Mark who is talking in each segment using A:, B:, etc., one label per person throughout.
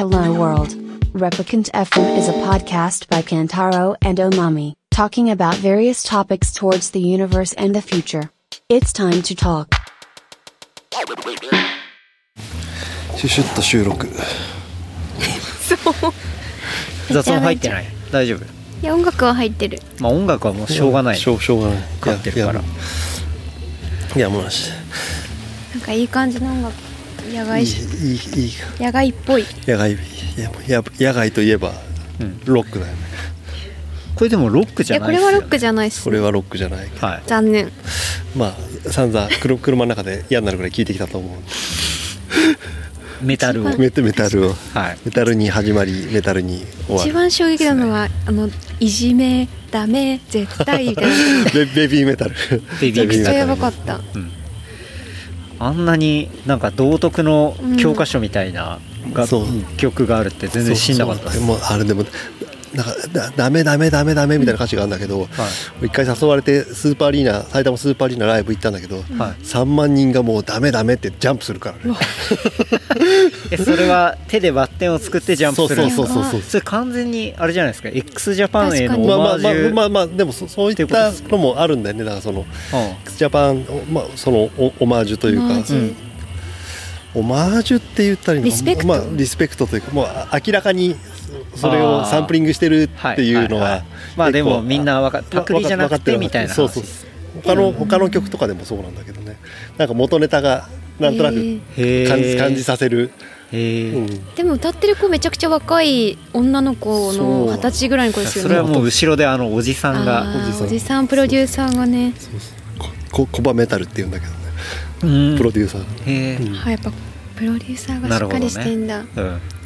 A: Hello World. Replicant FM is a podcast by Kantaro and Omami, talking about various topics towards the universe and the future. It's time to talk.
B: シュシュッと収録。
C: そう
D: 雑音入ってない？大丈夫？
C: いや音楽は入ってる。
D: まあ音楽はもうしょうがない。
B: しょうがない。
D: かってるから。
B: いやもうなし。
C: なんかいい感じの音楽。野外
B: いい
C: 野外っぽい。
B: 野外といえば、ロックだよね。
D: これでもロックじゃないですよね。
C: これはロックじゃないっす、ね。
B: これはロックじゃない。
D: はい。
C: 残念。
B: まあ散々車の中で嫌になるぐらい聞いてきたと思う。
D: メタルを。
B: メタルを。
D: はい。
B: メタルに始まりメタルに終わる。
C: 一番衝撃なのは、いじめダメ絶対みたいな
B: ベビーメタル。
D: ベビーメタル。
C: めっちゃやばかった。
D: あんなになんか道徳の教科書みたいな曲があるって全然知んなかったです。
B: もうあれでもなんかダメみたいな歌詞があるんだけど、一回誘われて埼玉スーパーアリーナライブ行ったんだけど、3万人がもうダメってジャンプするからね。
D: それは手でバッテンを作ってジャンプするんですか？
B: そう
D: それ完全にあれじゃないですか、 x ジャパンへのオマージュ。
B: まあでもそういったのもあるんだよね。だからその x ジャパン、そのオマージュというか、オマージュって言ったらいいのか、リスペクトというか、もう明らかにそれをサンプリングしてるっていうのは、
D: まあでもみんなパクリじゃなくてみたいな話。
B: 他の曲とかでもそうなんだけどね。なんか元ネタがなんとなく感じさせる。
C: でも歌ってる子めちゃくちゃ若い女の子の20歳ぐらいの子ですよね。
D: それはもう後ろでおじさんが
C: おじさんプロデューサーがね、
B: コバメタルって言うんだけどね、プロデューサー。
C: やっぱプロデューサーがしっかりしてんだ。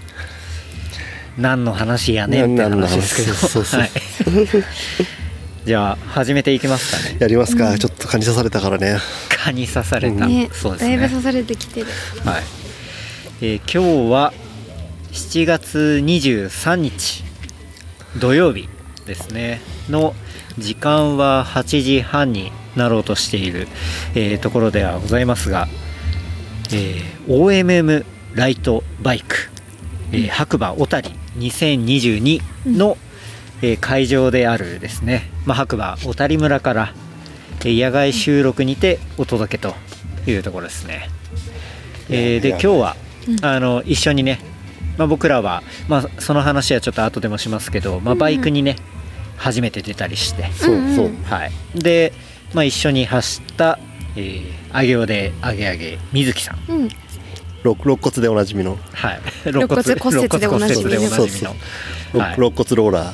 D: 何の話やねんって話ですけど。じゃあ始めていきますかね。
B: やりますか。ちょっと蚊に刺されたからね。
D: 蚊に刺された。そうですね。
C: だいぶ刺されてきてる。
D: はい。今日は7月23日土曜日ですねの時間は8時半になろうとしている、ところではございますが、OMM ライトバイク、白馬小谷2022の、会場であるですね、白馬小谷村から、野外収録にてお届けというところですね。で今日は一緒にね、僕らは、その話はちょっと後でもしますけど、バイクにね、初めて出たりして、はい、で、一緒に走った、あげおであげあげ水木さん、
B: 肋骨でおなじみの、
D: はい、
C: 肋骨骨折でおなじみの、
B: 肋骨ローラー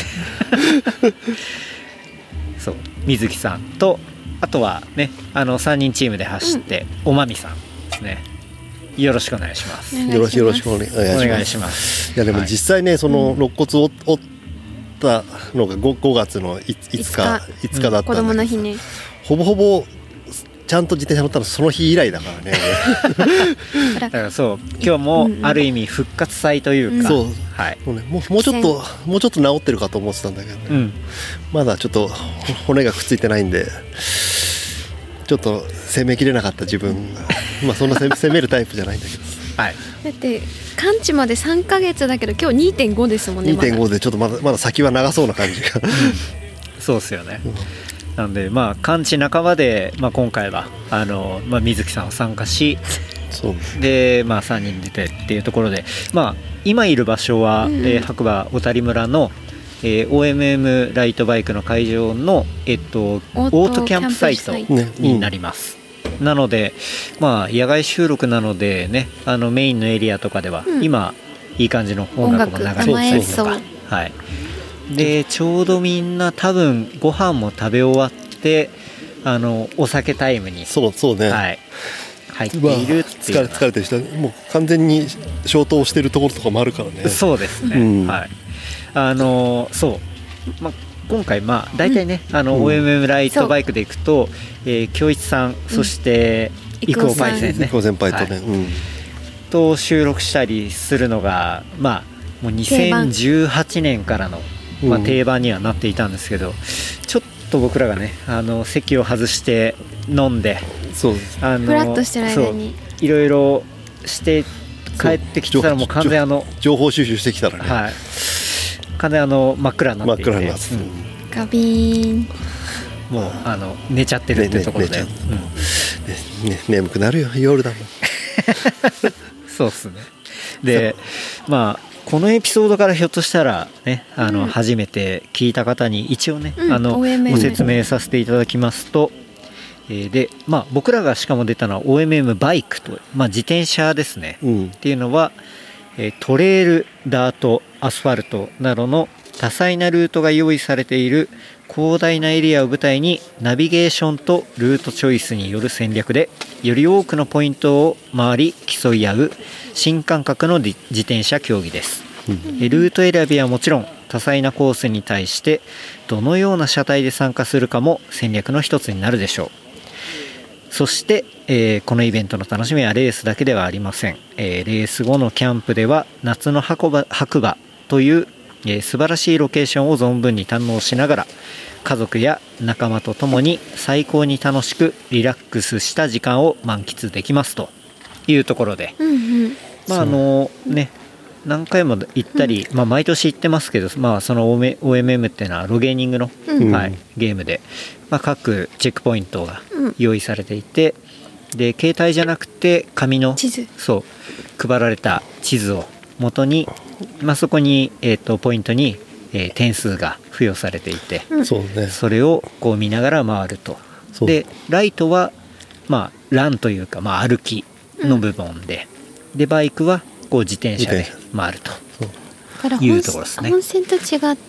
D: そう水木さんと、あとはね、3人チームで走って、おまみさんですね。よろしくお願いします。
B: よろしくお願いします。いやでも実際ね、その肋骨を折ったのが 5月の5日だったんだけど、
C: 子供の日ね。
B: ほぼちゃんと自転車乗ったのその日以来だからね。
D: だからそう今日もある意味復活祭というか、はい、
B: もうちょっと治ってるかと思ってたんだけどね、まだちょっと骨がくっついてないんで、ちょっと攻めきれなかった自分が、そんな攻めるタイプじゃないんだけど、
D: はい、
C: だって完治まで3ヶ月だけど今日 2.5 ですもんね。
B: 2.5 でちょっとまだ先は長そうな感じが
D: そうですよね。なんで完治半ばで、今回は水木さんを参加し、で、3人出てっていうところで、今いる場所は、白馬小谷村の、OMM ライトバイクの会場の、オートキャンプサイトになります。なので、野外収録なのでね、メインのエリアとかでは、今いい感じの音楽も流れてたりとか、はい、でちょうどみんな多分ご飯も食べ終わってお酒タイムに
B: そうね、
D: はい、入っているっていう。
B: 疲れてる人もう完全に消灯してるところとかもあるからね。
D: そうですね、はい、そう、今回大体ね、OMM ライトバイクで行くと、京一さん、そして郁夫パイセンね、
B: 郁夫先輩とね、
D: と収録したりするのがもう2018年からの、定番にはなっていたんですけど、ちょっと僕らがね席を外して飲んで、
C: フラッとしてる間に
D: いろいろして帰ってきてたらもう完全
B: 情報収集してきたらね、
D: はい、完全真っ暗になっていて、
B: 真っ暗になって、
C: ガビーン、
D: もう寝ちゃってるってところで、
B: 眠くなるよ、夜だもん
D: そうっすね。でまあこのエピソードからひょっとしたらね、初めて聞いた方に一応ね、ご説明させていただきますと、でまあ僕らがしかも出たのは OMM バイクと、まあ、自転車ですね、っていうのは、トレイル、ダート、アスファルトなどの多彩なルートが用意されている広大なエリアを舞台にナビゲーションとルートチョイスによる戦略でより多くのポイントを回り競い合う新感覚の自転車競技です、ルート選びはもちろん多彩なコースに対してどのような車体で参加するかも戦略の一つになるでしょう。そして、このイベントの楽しみはレースだけではありません、レース後のキャンプでは夏の白馬という素晴らしいロケーションを存分に堪能しながら家族や仲間と共に最高に楽しくリラックスした時間を満喫できますというところで、まあね、何回も行ったり、まあ、毎年行ってますけど、まあ、その OMM っていうのはロゲーニングの、はい、ゲームで、まあ、各チェックポイントが用意されていて、で携帯じゃなくて紙のそう配られた地図を元に、まあ、そこに、ポイントに、点数が付与されていて、それをこう見ながら回ると。でライトは、まあ、ランというか、まあ、歩きの部分で、でバイクはこう自転車で回るというところですね。
C: 本線と違って、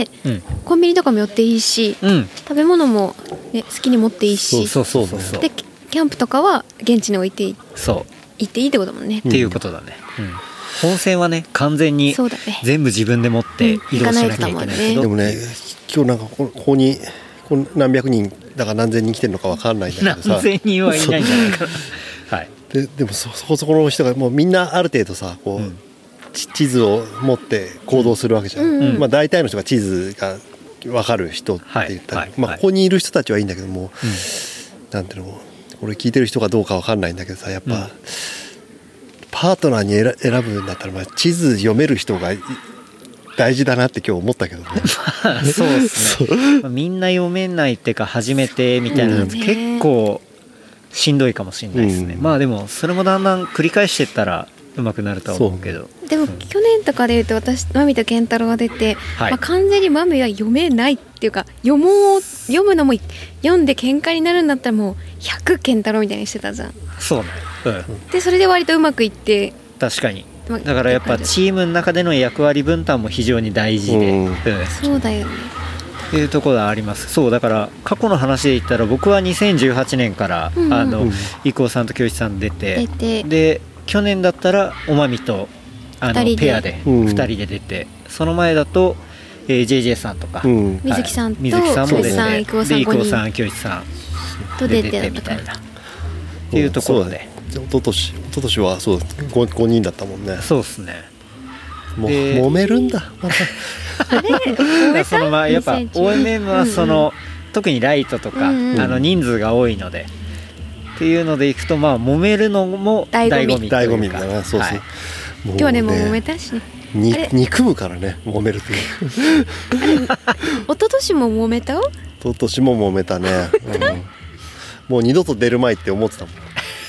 C: コンビニとかも寄っていいし、食べ物も、ね、好きに持っていいし、でキャンプとかは現地に置いて行っていいってことだもんね。
D: っていうことだね。本線はね完全に全部自分で持って移動しなきゃいけないけど、
B: でもね今日なんかここに何百人だか何千人来てるのか分かんないんだけどさ、
D: 何千人はいないんじゃないかなはい、
B: でもそこそこの人がもうみんなある程度さこう、地図を持って行動するわけじゃん、まあ、大体の人が地図が分かる人って言ったら、まあ、ここにいる人たちはいいんだけども、なんていうの、これ聞いてる人かどうか分かんないんだけどさ、やっぱ、パートナーに選ぶんだったら、まあ、地図読める人が大事だなって今日思ったけどね
D: そうですねみんな読めないっていうか初めてみたいなの結構しんどいかもしれないですね、まあでもそれもだんだん繰り返していったら上手くなるとは思うけど、
C: でも去年とかでいうと私マミと健太郎が出て、まあ、完全にマミは読めないっていうか読むのも読んで喧嘩になるんだったらもう100健太郎みたいにしてたじゃん。
D: そうね、
C: でそれで割とうまくいって、
D: 確かにだからやっぱチームの中での役割分担も非常に大事で、
C: そうだよね
D: っていうところがあります。そうだから過去の話で言ったら僕は2018年から、伊藤さんと京一さん出てで去年だったらおまみとペアで2人で出て、その前だと、JJ さんとか、
C: 水木さんと
D: 水木さんも出て、
C: で伊藤さん
D: 京一さん
C: と出て
D: みたいなっていうところで、
B: 一昨年はそう 5人だったもんね。
D: そうですね。
B: もう揉めるんだまた
C: あれ
D: そのまあやっぱ OMM はその、特にライトとか、人数が多いのでっていうのでいくと、まあ揉めるのも醍醐味
B: だな。そうそう、
C: はい、今日はねもう揉めたしね、
B: 憎むからね揉めるっていう
C: 一昨年も揉めた？
B: 一昨年も揉めたね、もう二度と出るまいって思ってたもん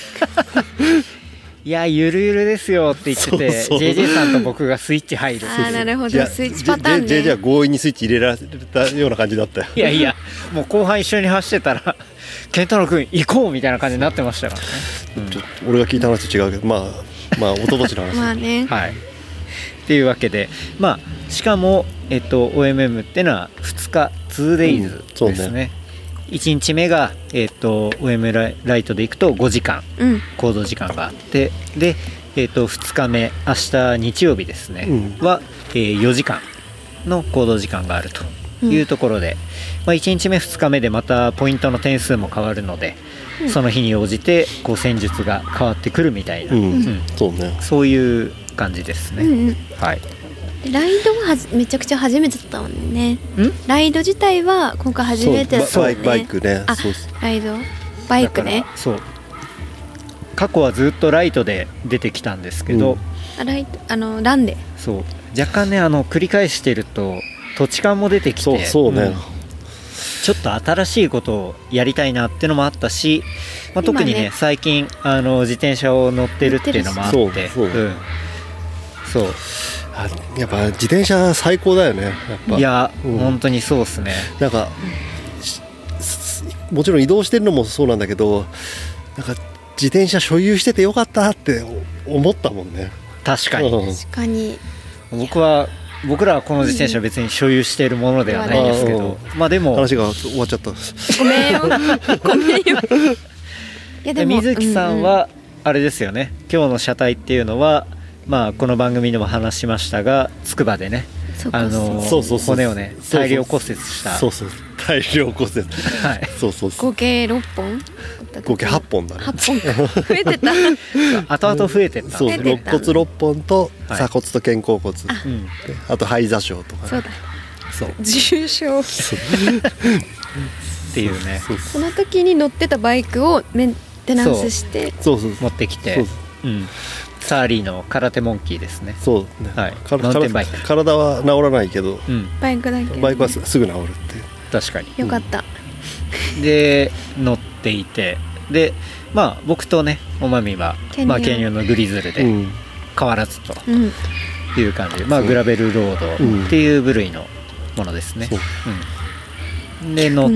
D: いやゆるゆるですよって言ってて、そう JJ さんと僕がスイッチ入る。
C: ああなるほど、スイッチパターンね。
B: JJ は強引にスイッチ入れられたような感じだったよ。
D: いやもう後半一緒に走ってたら健太郎君行こうみたいな感じになってましたからね、
B: ちょっと俺が聞いた話と違うけど、まあ一昨年の話
C: まあね、
D: はいっていうわけで、まあしかもOMM ってのは2日 2days ですね。1日目が、OM ライトで行くと5時間、行動時間があって、で、2日目明日日曜日ですね、は、4時間の行動時間があるというところで、まあ、1日目2日目でまたポイントの点数も変わるので、その日に応じてこう戦術が変わってくるみたいな、そういう感じですね、はい。
C: ライドはめちゃくちゃ初めてだったもんね。ライド自体は今回初めてだったもんね。
B: バイクね。
C: ライドバイクね。
D: そう過去はずっとライトで出てきたんですけど、
C: ランで
D: そう若干ね繰り返してると土地勘も出てきて、
B: そうね、
D: ちょっと新しいことをやりたいなっていうのもあったし、特にね最近自転車を乗ってるっていうのもあって、そう
B: やっぱ自転車最高だよね。やっぱ
D: いや、本当にそうですね。
B: なんかもちろん移動してるのもそうなんだけど、なんか自転車所有しててよかったって思ったもんね。
D: 確かに、
C: 確かに。
D: 僕らはこの自転車別に所有しているものではないですけど、でも
B: 話が終わっちゃった。
C: ごめんよいやでも
D: 水木さんはあれですよね、今日の車体っていうのはこの番組でも話しましたが、筑波でね骨をね大量骨折した、大量骨折、はい、
C: 合計6本
B: 合計8本だね。
C: 8本増えてた
D: 後々増えてた。
B: 肋骨6本と鎖骨と肩甲骨、あと肺座礁とか、
C: そうだ、重傷
D: っていうね。
C: その時に乗ってたバイクをメンテナンスして
D: 持ってきて、サーリーの空手モンキーですね。
B: そうね、マウンテンバイク。体は治らないけど、
C: バイクだけ
B: バイクはすぐ治るっていう。
D: 確かに
C: よかった。で
D: 乗っていて、で僕とねおまみは軽量のグリズルで変わらずという感じで、グラベルロードっていう部類のものですね。で乗って、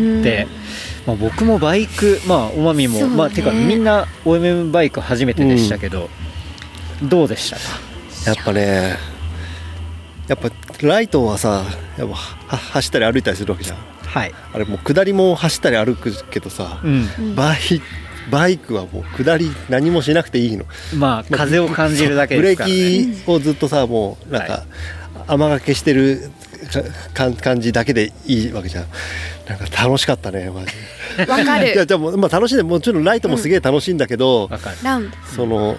D: 僕もバイク、おまみも、てかみんな OMM バイク初めてでしたけど、どうでしたか？
B: やっぱね、ライトはさ、やっぱ走ったり歩いたりするわけじゃん。
D: はい、
B: あれもう下りも走ったり歩くけどさ、バイクはもう下り何もしなくていいの。
D: 風を感じるだけですからね。
B: ブレーキをずっとさ、もうなんか雨がけしてる感じだけでいいわけじゃん。なんか楽しかったね、マジで。
C: わかる。
B: いやでも楽しいね。もちろんライトもすげえ楽しいんだけど、その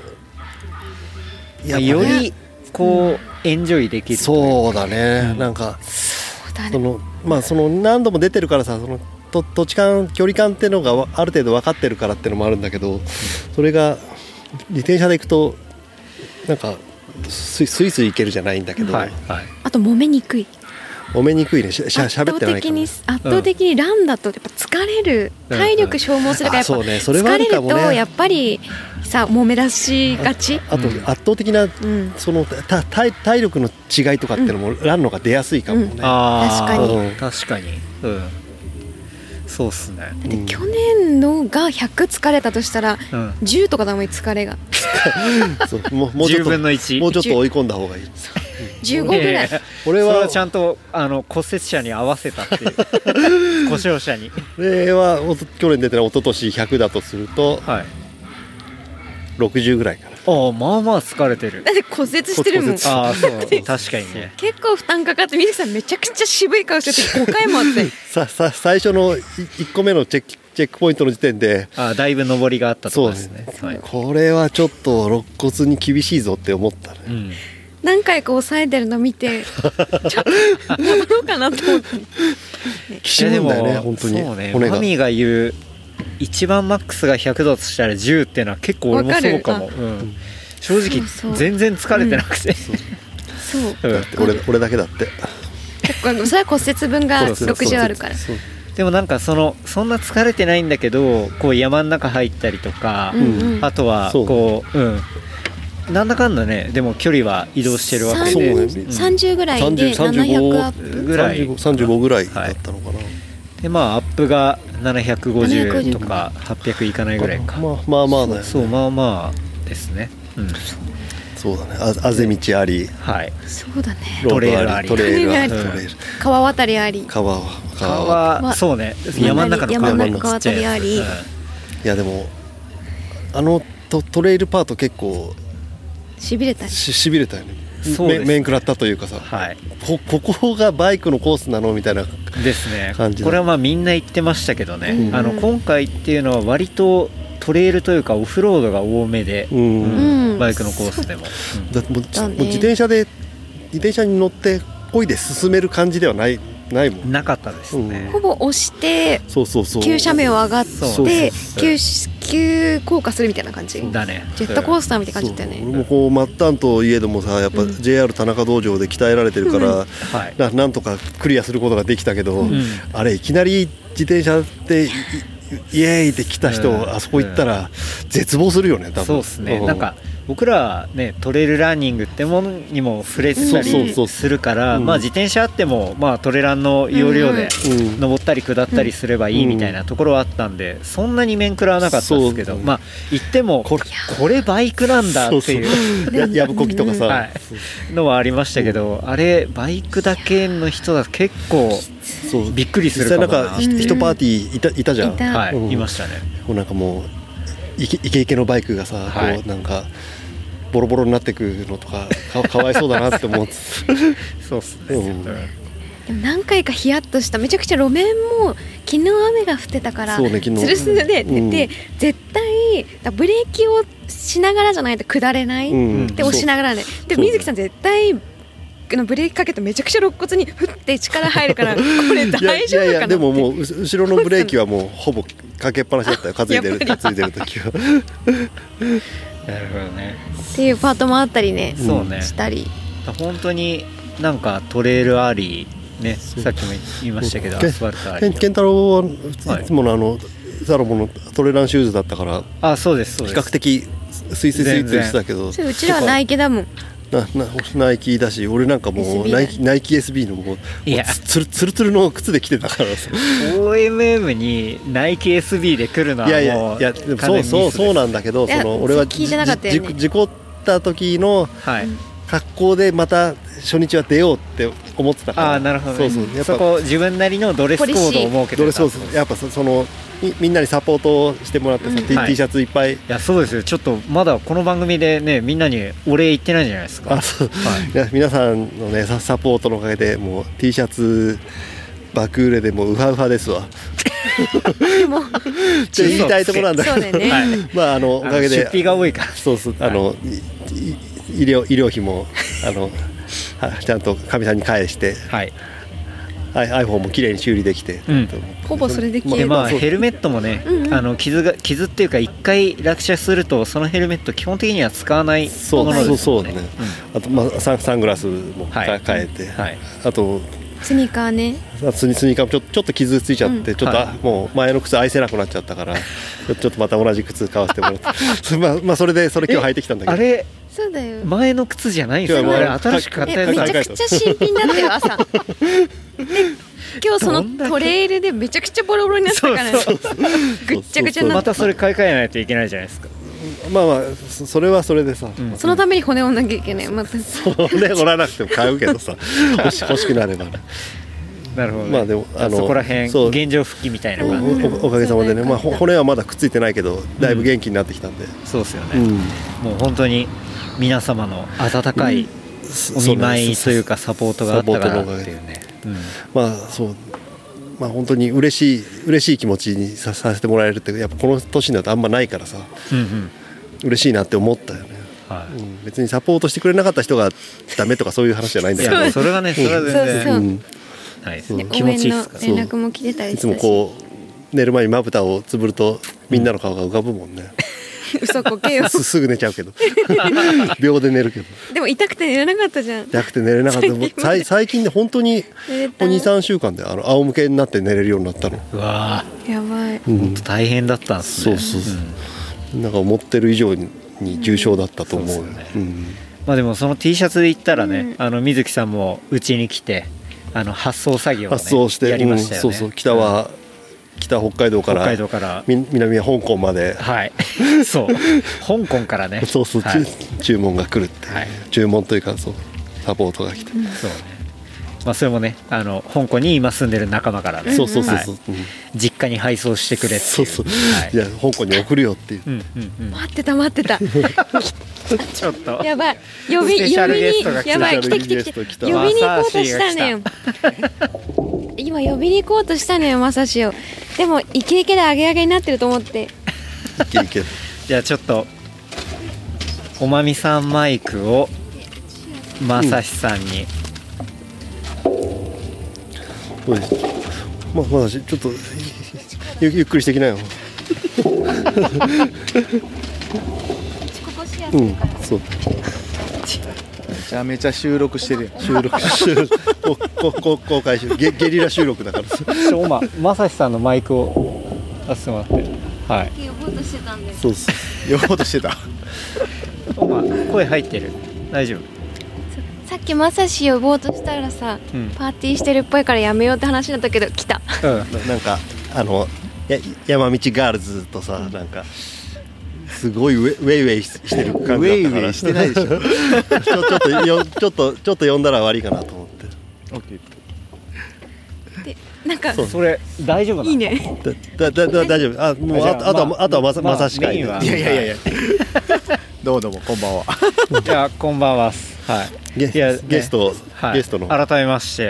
D: よりこうエンジョイできる。
B: そうだね。なんかその何度も出てるからさ、その土地感距離感っていうのがある程度分かってるからっていうのもあるんだけど、それが自転車で行くとなんかスイスイ行けるじゃないんだけど、
C: あと揉めにくいね。
B: しゃべってないから。
C: 圧倒的にランだとやっぱ疲れる、体力消耗するから、やっぱ疲れるとやっぱりさ揉め出しがち。
B: あと圧倒的なその体力の違いとかっていうのもランのが出やすいかもね。
C: 確かに、
D: そうっすね。
C: だって去年のが100疲れたとしたら、10とかだもん疲れが。
B: もう
D: 10分の1、
B: もうちょっと追い込んだ方がいい。
C: 15ぐらい。
D: 俺はちゃんと骨折者に合わせたっていう故障者に。
B: これは去年出てる一昨年100だとすると、60ぐらいかな。
D: まあ疲れてる。
C: だって骨折してるもん。
D: そう確かにね。
C: 結構負担かかって、水木さんめちゃくちゃ渋い顔してて5回もあって。
B: 最初の1個目のチェックポイントの時点で
D: だいぶ上りがあったところですね。
B: これはちょっと肋骨に厳しいぞって思ったね。
C: 何回か抑えてるの見て、ちょっと戻ろうかなと思って。
B: きしむんだよね、本当に。
D: マミーが言う一番マックスが100だとしたら10っていうのは結構俺もそうかも。正直全然疲れてなくて、
B: 俺だけだって。
C: それは骨折分が60あるから。
D: でもなんかそんな疲れてないんだけど、こう山の中入ったりとか、あとはこうなんだかんだね、でも距離は移動してるわけで、
C: 30ぐらいで700アップ
B: ぐらい、35ぐらいだったのかな。
D: でアップが750とか800いかないぐらいか。
B: まあだよね。
D: そうまあですね。
B: そうだね。あぜ道あり、
C: そうだね。
B: トレイルあり、
C: 川渡りあり、
D: 川そうね。山の中の
C: 川渡りあり。い
B: やでもトレイルパート結構しびれたよね。面食らったというかさ、ここがバイクのコースなのみたいな
D: ですね。
B: 感じ。
D: これはみんな言ってましたけどね、今回っていうのは割とトレイルというかオフロードが多めで、バイクのコースでも、
B: 自転車に乗って漕いで進める感じではないないもん。
D: なかったですね、
C: ほぼ押して急斜面を上がって急降下するみたいな感じ
D: だね。
C: ジェットコースターみたいな感じだったよね。
B: 俺もこう末端といえどもさ、やっぱ JR 田中道場で鍛えられてるから、なんとかクリアすることができたけど、あれいきなり自転車でイエーイって来た人、あそこ行ったら絶望するよね、多分。
D: そうですね、なんか僕らねトレイルランニングってものにも触れてたりするから、まあ自転車あってもまあトレランの要領で登ったり下ったりすればいいみたいなところはあったんで、そんなに面食らわなかったですけど、まあ言ってもこれバイクなんだっていう
B: やぶこきとかさ
D: のはありましたけど、あれバイクだけの人だと結構びっくりするかもな。
B: 実際なんか一パーティーいたじゃん。
D: はい、いましたね。
B: なんかもうイケイケのバイクがさ、こうなんかボロボロになってくのとか かわいそうだなって思って
D: そうっすね、
C: でも何回かヒヤッとした。めちゃくちゃ路面も昨日雨が降ってたからツルスルで出て、絶対ブレーキをしながらじゃないと下れない、で押しながらね。で水木さん絶対ブレーキかけてめちゃくちゃ肋骨にふって力入るからこれ大丈夫かなって。
B: いやでももう後ろのブレーキはもうほぼかけっぱなしだったよ、担いでる時は。
D: なるほどね。
C: っていうパートもあったりね、
D: そうね、
C: したり。
D: 本当になんかトレイルアリーね、さっきも言いましたけど、アスファルトアリー。
B: 健太郎はいつものサロモンのトレランシューズだったから、
D: あ、そうですそうです。
B: 比較的スイスイしてたけど、
C: うちらはナイキだもん。
B: ナイキだし、俺なんかもうナイキ SB のもうツルツルの靴で来てたからさ。
D: OMM にナイキ SB で来るのはもう
B: いやでもそうなんだけど、俺は事故った時の格好でまた初日は出ようって思ってたから。
D: あ、なるほど、ね、やっぱそこ自分なりのドレスコードを設けてた。
B: やっぱそのみんなにサポートをしてもらってさ、T シャツいっぱい。い
D: やそうですよ。ちょっとまだこの番組でねみんなにお礼言ってないじゃないですか。
B: いや皆さんのねサポートのおかげでもう T シャツ爆売れでもうウハウハですわ。でもって言いたいところなんだけど、まあおかげで
D: 出費が多いから。
B: そう医療費もちゃんとかみさんに返して、iPhone も綺麗に修理できて、
C: ほぼそれできる。
D: ヘルメットもね、傷っていうか1回落車するとそのヘルメット基本的には使わないものですね。
B: そうね。あとサングラスも変えて、あと
C: スニーカーね。
B: スニーカーもちょっと傷ついちゃって、ちょっともう前の靴愛せなくなっちゃったから、ちょっとまた同じ靴買わせてもらって、まあそれ今日履いてきたんだけど。
D: あれ
C: そうだよ。
D: 前の靴じゃないんですよ。新しく買ったやつ。
C: めちゃくちゃ新品だったよ朝。で今日そのトレイルでめちゃくちゃボロボロになったからね。ぐっちゃぐちゃになった。
D: またそれ買い替えないといけないじゃないですか。
B: まあそれはそれでさ、
C: そのために骨折らなきゃいけない。また
B: 骨折らなくても買うけどさ、欲しくなればね。
D: なるほど、ね。
B: まあでも
D: そこら辺現状復帰みたいな感じ。
B: おかげさまでね、まあ骨はまだくっついてないけど、だいぶ元気になってきたんで。
D: そうですよね。もう本当に皆様の温かいお見舞いというかサポートがあったからっていうね。
B: まあそうまあ本当に嬉しい気持ちにさせてもらえるってやっぱこの年になるとあんまないからさ、嬉しいなって思ったよね。別にサポートしてくれなかった人がダメとかそういう話じゃないんだけど、
D: それはね、それは全然気持ちいいですから。
C: 連絡も来てたりして、
B: いつもこう寝る前にまぶたをつぶるとみんなの顔が浮かぶもんね。
C: 嘘こけよ。
B: すぐ寝ちゃうけど秒で寝るけど。
C: でも痛くて寝れなかったじゃん。
B: 痛くて寝れなかった。最近ね本当に 2,3 週間で仰向けになって寝れるようになったの。
D: うわ
C: やばい。
D: 本当大変だったんですね。
B: そうなんか思ってる以上に重症だったと思うよね。
D: まあでもその T シャツで言ったらね、水木さんもうちに来て発送作業をねやりましたよね。
B: そう北北海道から南は香港まで、
D: そう香港からね、
B: 注文が来るって、注文というかサポートが来て、そうね。
D: まあそれもね香港に今住んでる仲間からね、実家に配送してくれっていう。
B: いや香港に送るよっていう。
C: 待ってた。
D: ちょっと
C: やばい。呼びにやばい来て呼びに行こうとしたのよ。今呼びに行こうとしたのよまさしを。でもイケイケでアゲアゲになってると思って。
D: じゃあちょっとおまみさんマイクをまさしさんに。
B: まだちょっとゆっくりしてきなよ。そう。
E: めちゃめちゃ収録してるよ。
B: 公開収録、ゲリラ収録だから。
D: まさしさんのマイクを出してもらって。はい。
C: 呼ぼうとしてたんで。
B: そうそう。
E: 呼ぼうとしてた。
D: 声入ってる。大丈夫。
C: さっきまさし呼ぼうとしたらさ、パーティーしてるっぽいからやめようって話になったけど来た。
B: なんか山道ガールズとさ、なんかすごいウェイウェイしてる感じだったから。ウェイウェイしてないでしょ。ちょっと呼んだら悪いかなと思って。オッケ
C: ー。でなんか
D: それ大丈夫なの？いい
C: ね。
B: 大丈夫。もうあとはまさしかいや。
E: どうもこんばんは。
D: いやこんばんは。はい。
B: ゲストの
D: 改めまして、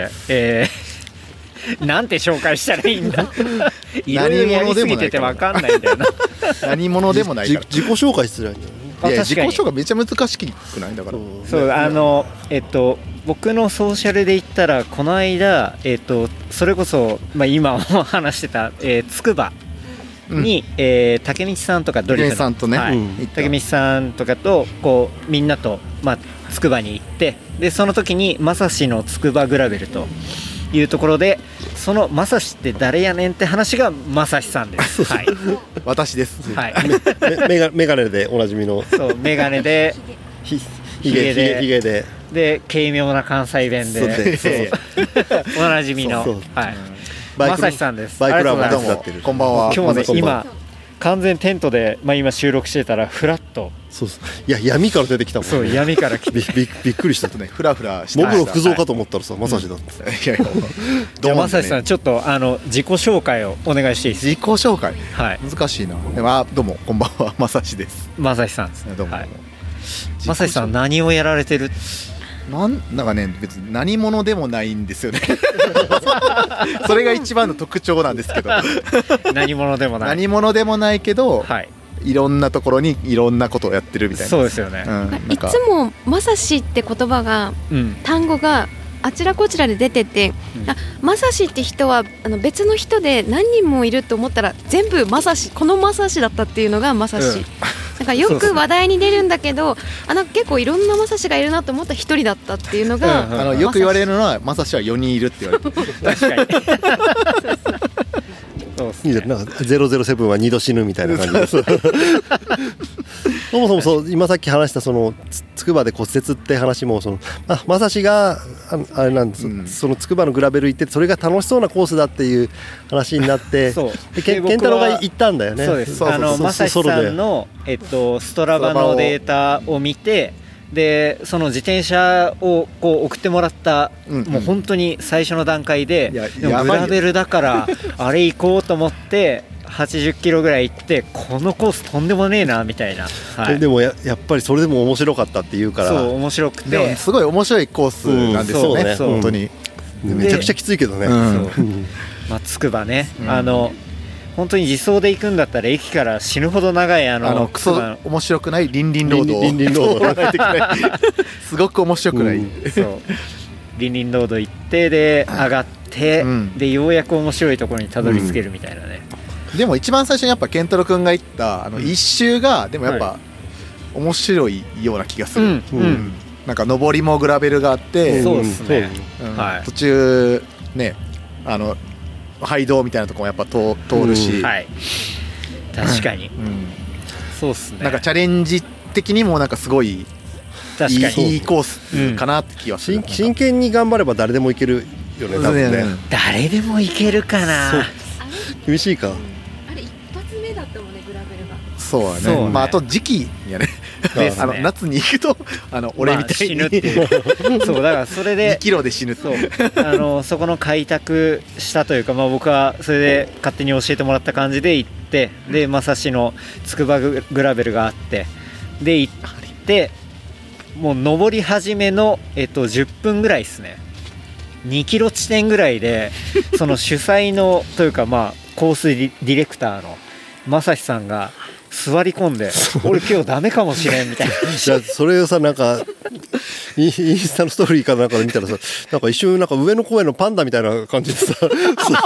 D: なんて紹介したらいいんだ。いろいろやりすぎてて分かんないんだよな。
E: 何者でもないから。
B: 自己紹介する。
E: いや自己紹介めちゃ難しくないだから。
D: そう僕のソーシャルで言ったらこの間それこそ今も話してたつくばに竹道さんとかドリフの竹道さんとかとこうみんなとつくばに行って、でその時にまさしのつくばグラベルというところで、そのまさしって誰やねんって話がまさしさんです。はい。
E: 私です。
D: はい。
B: メガネでおなじみの。
D: そうメガネでひげで軽妙な関西弁でおなじみのはいまさしさんです。
B: バイクラブも手伝ってる。
E: こんばんは。
D: 今日ね今完全テントで今収録してたらフラッと。
B: そういや闇から出てきたもんね。
D: そう闇から来て
B: びっくりした
E: ね。フラフラして
B: 僕の福蔵かと思ったらさまさしだった。
E: いや
D: じゃあまさしさんちょっと自己紹介をお願いしていいですか。
E: 自己紹介。
D: はい。
E: 難しいな。どうもこんばんはまさしです。
D: まさしさんですね。
E: どうも。
D: まさしさん何をやられてる？
E: なんかね別に何者でもないんですよね。それが一番の特徴なんですけど。
D: 何者でもない
E: けど。
D: はい。
E: いろんなところにいろんなことをやってるみたいな。
D: そうですよね。
C: いつもまさしって言葉が、単語があちらこちらで出てて、まさしって人は別の人で何人もいると思ったら全部まさし、このまさしだったっていうのがまさし。なんかよく話題に出るんだけど、結構いろんなまさしがいるなと思った一人だったっていうのが、
E: よく言われるのはまさしは4人いるって言われる。
D: 確かに。
B: なんか007は2度死ぬみたいな感じです。そもそも今さっき話したつくばで骨折って話もまさしがあれなんです、そのつくばのグラベル行ってそれが楽しそうなコースだっていう話になって健太郎が行ったんだよね。
D: そうです。まさしさんのストラバのデータを見て、でその自転車をこう送ってもらった、もう本当に最初の段階で、でもグラベルだからあれ行こうと思って80キロぐらい行って、このコースとんでもねえなみたいな、
B: でもやっぱりそれでも面白かったっていうから。
D: そう面白くて、
E: でもすごい面白いコースなんですよね、本当に。
B: めちゃくちゃきついけどね。
D: つくばね、本当に自走で行くんだったら駅から死ぬほど長い
E: クソ面白くないリンリンロードを通らないといけない。すごく面白くない。
D: そうリンリンロード行ってで上がって、でようやく面白いところにたどり着けるみたいなね。
E: でも一番最初にやっぱ健太郎くんが言った一周がでもやっぱ面白いような気がする。なんか上りもグラベルがあって、
D: そうですね。
E: 途中ね廃道みたいなとこもやっぱ通るし、
D: 確かに、そうっすね。
E: なんかチャレンジ的にもなんかすごいいいコースかなって気はする。
B: 真剣に頑張れば誰でもいけるよね、多分ね。
D: 誰でもいけるかな。
B: 厳しいか。
C: あれ一発目だったもんね、グラベルが。
E: そうだね。あと時期やね。夏に行くと俺みたいに
D: 死ぬっていう。そうだからそれで
E: 2キロで死ぬと。
D: そこの開拓したというか、僕はそれで勝手に教えてもらった感じで行って、でまさしのつくばグラベルがあって、で行ってもう登り始めの10分ぐらいですね。2キロ地点ぐらいでその主催のというかコースディレクターのまさしさんが座り込んで、俺今日ダメかもしれんみたいな。
B: いやそれをさ、なんかインスタのストーリーかなんかで見たらさ、なんか一瞬なんか上野公園のパンダみたいな感じでさそう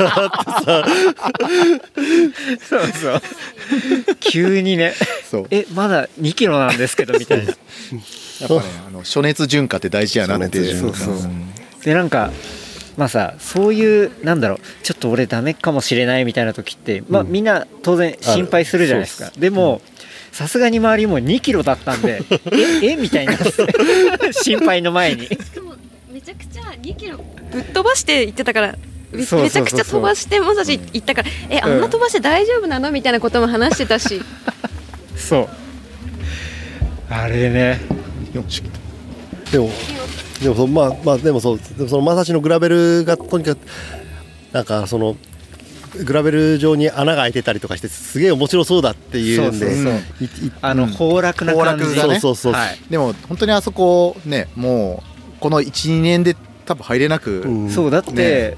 D: そう急にね、まだ2キロなんですけどみたいな。
E: やっぱね、暑熱順化って大事やなって。
D: そうで、なんかまあさ、そういうなんだろう、ちょっと俺ダメかもしれないみたいな時って、まあみんな当然心配するじゃないですか。でもさすがに周りも2キロだったんでみたいな心配の前に。しかも
C: めちゃくちゃ2キロぶっ飛ばして行ってたから、めちゃくちゃ飛ばしてまさし行ったから、あんな飛ばして大丈夫なのみたいなことも話してたし。
D: そうあれね。
B: でもまあでもそのまさしのグラベルがとにかくなんかそのグラベル上に穴が開いてたりとかしてすげえ面白そうだっていうんで、
D: 崩落な感じ
B: がね。そう、
E: でも本当にあそこね、もうこの 1,2 年で多分入れなく、
D: そうだって、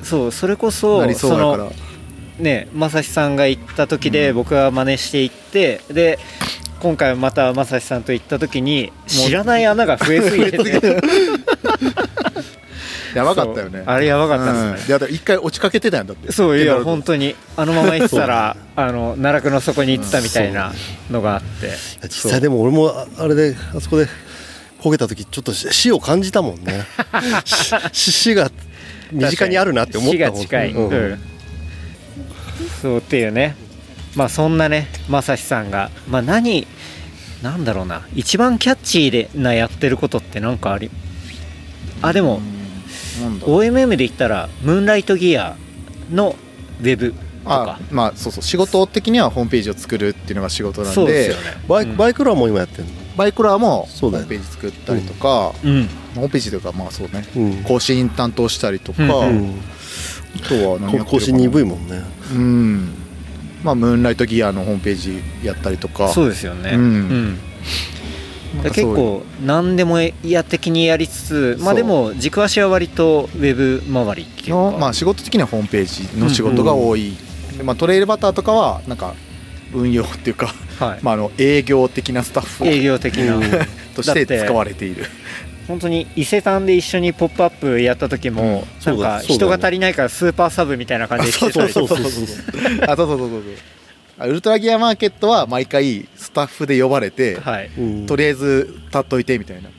D: それこそそのね、まさしさんが行った時で僕が真似して行って、で今回またまさしさんと行った時に知らない穴が増えすぎてて
E: やばかったよね。
D: あれやばかったですね。
E: で一回落ちかけてたんだって。
D: そう、いや本当にあのまま行ってたら奈落の底に行ってたみたいなのがあって、
B: 実際でも俺もあれであそこで焦げた時ちょっと死を感じたもんね死が身近にあるなって思った。
D: 死が近い、そうっていうね。まあそんなね、まさしさんがまあなんだろうな、一番キャッチーなやってることってなんかでもOMM で言ったらムーンライトギアのウェブとか、
E: まあそう仕事的にはホームページを作るっていうのが仕事なんで。
D: そうですよね。
B: バイクラーも今やってるの。
E: バイクラーもホームページ作ったりとか、ホームページというかまあそうね、更新担当したりとか、あとは
B: 何やってるかな、更新鈍いもんね。
E: まあムーンライトギアのホームページやったりとか。
D: そうですよね。結構何でも的にやりつつ、まあでも軸足は割とウェブ周りっていうか、
E: まあ仕事的にはホームページの仕事が多い。まあトレイルバターとかはなんか運用っていうか、まあ営業的なスタッフ
D: 営業的な
E: として使われている。
D: 本当に伊勢丹で一緒にポップアップやった時も、なんか人が足りないからスーパーサブみたいな感じで来てたりとか。
E: ウルトラギアマーケットは毎回スタッフで呼ばれて、とりあえず立っといてみたいな。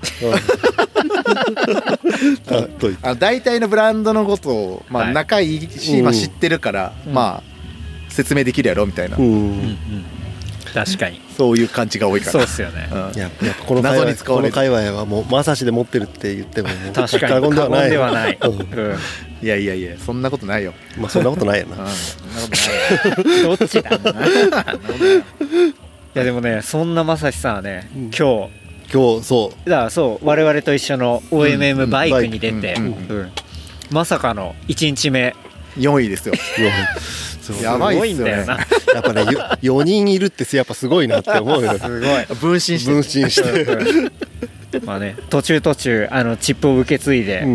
E: 大体のブランドのことをまあ仲いいし、まあ知ってるからまあ説明できるやろみたいな。
D: 確かに
E: そういう感じが多いから。
D: そうですよね。
B: やっぱこの界隈はもうまさしで持ってるって言っても
D: 確かに過言ではない。
E: いやそんなことないよ。
B: まあそんなことないよな。
D: どっちだ。いやでもね、そんなまさしさんはね、今日そうだからそう我々と一緒の OMM バイクに出て、まさかの1日目
E: 4位ですよ。やばいっすよね。
B: やっぱね4人いるってやっぱすごいなって思うよ。
D: すごい
E: 分身して
D: まあね、途中チップを受け継いで、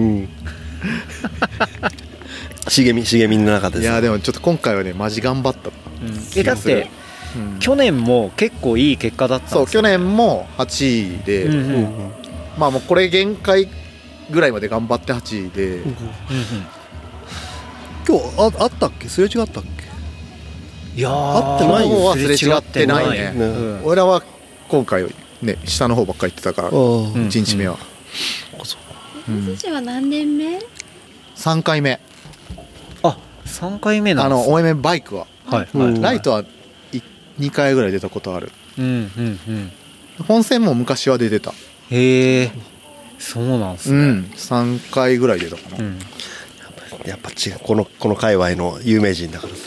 B: 茂みの中で。
E: いやでもちょっと今回はねマジ頑張った。
D: だって去年も結構いい結果だったんですよ。
E: そう去年も8位で、まあもうこれ限界ぐらいまで頑張って8位で。
B: 今日あったっけ、すれ違ったっけ。
D: いや
E: あってないよ。すれ違ってないね。俺らは今回ね下の方ばっかり行ってたから1日目は。
C: 私たちは何年目
E: ？3回目。
D: あ、3回目なんです。
E: OMM バイクはライトは2回ぐらい出たことある。本線も昔は出てた。
D: へえ、そうなんですね。
E: 3回ぐらい出たかな。
B: やっぱ違う、この界隈の有名人だから。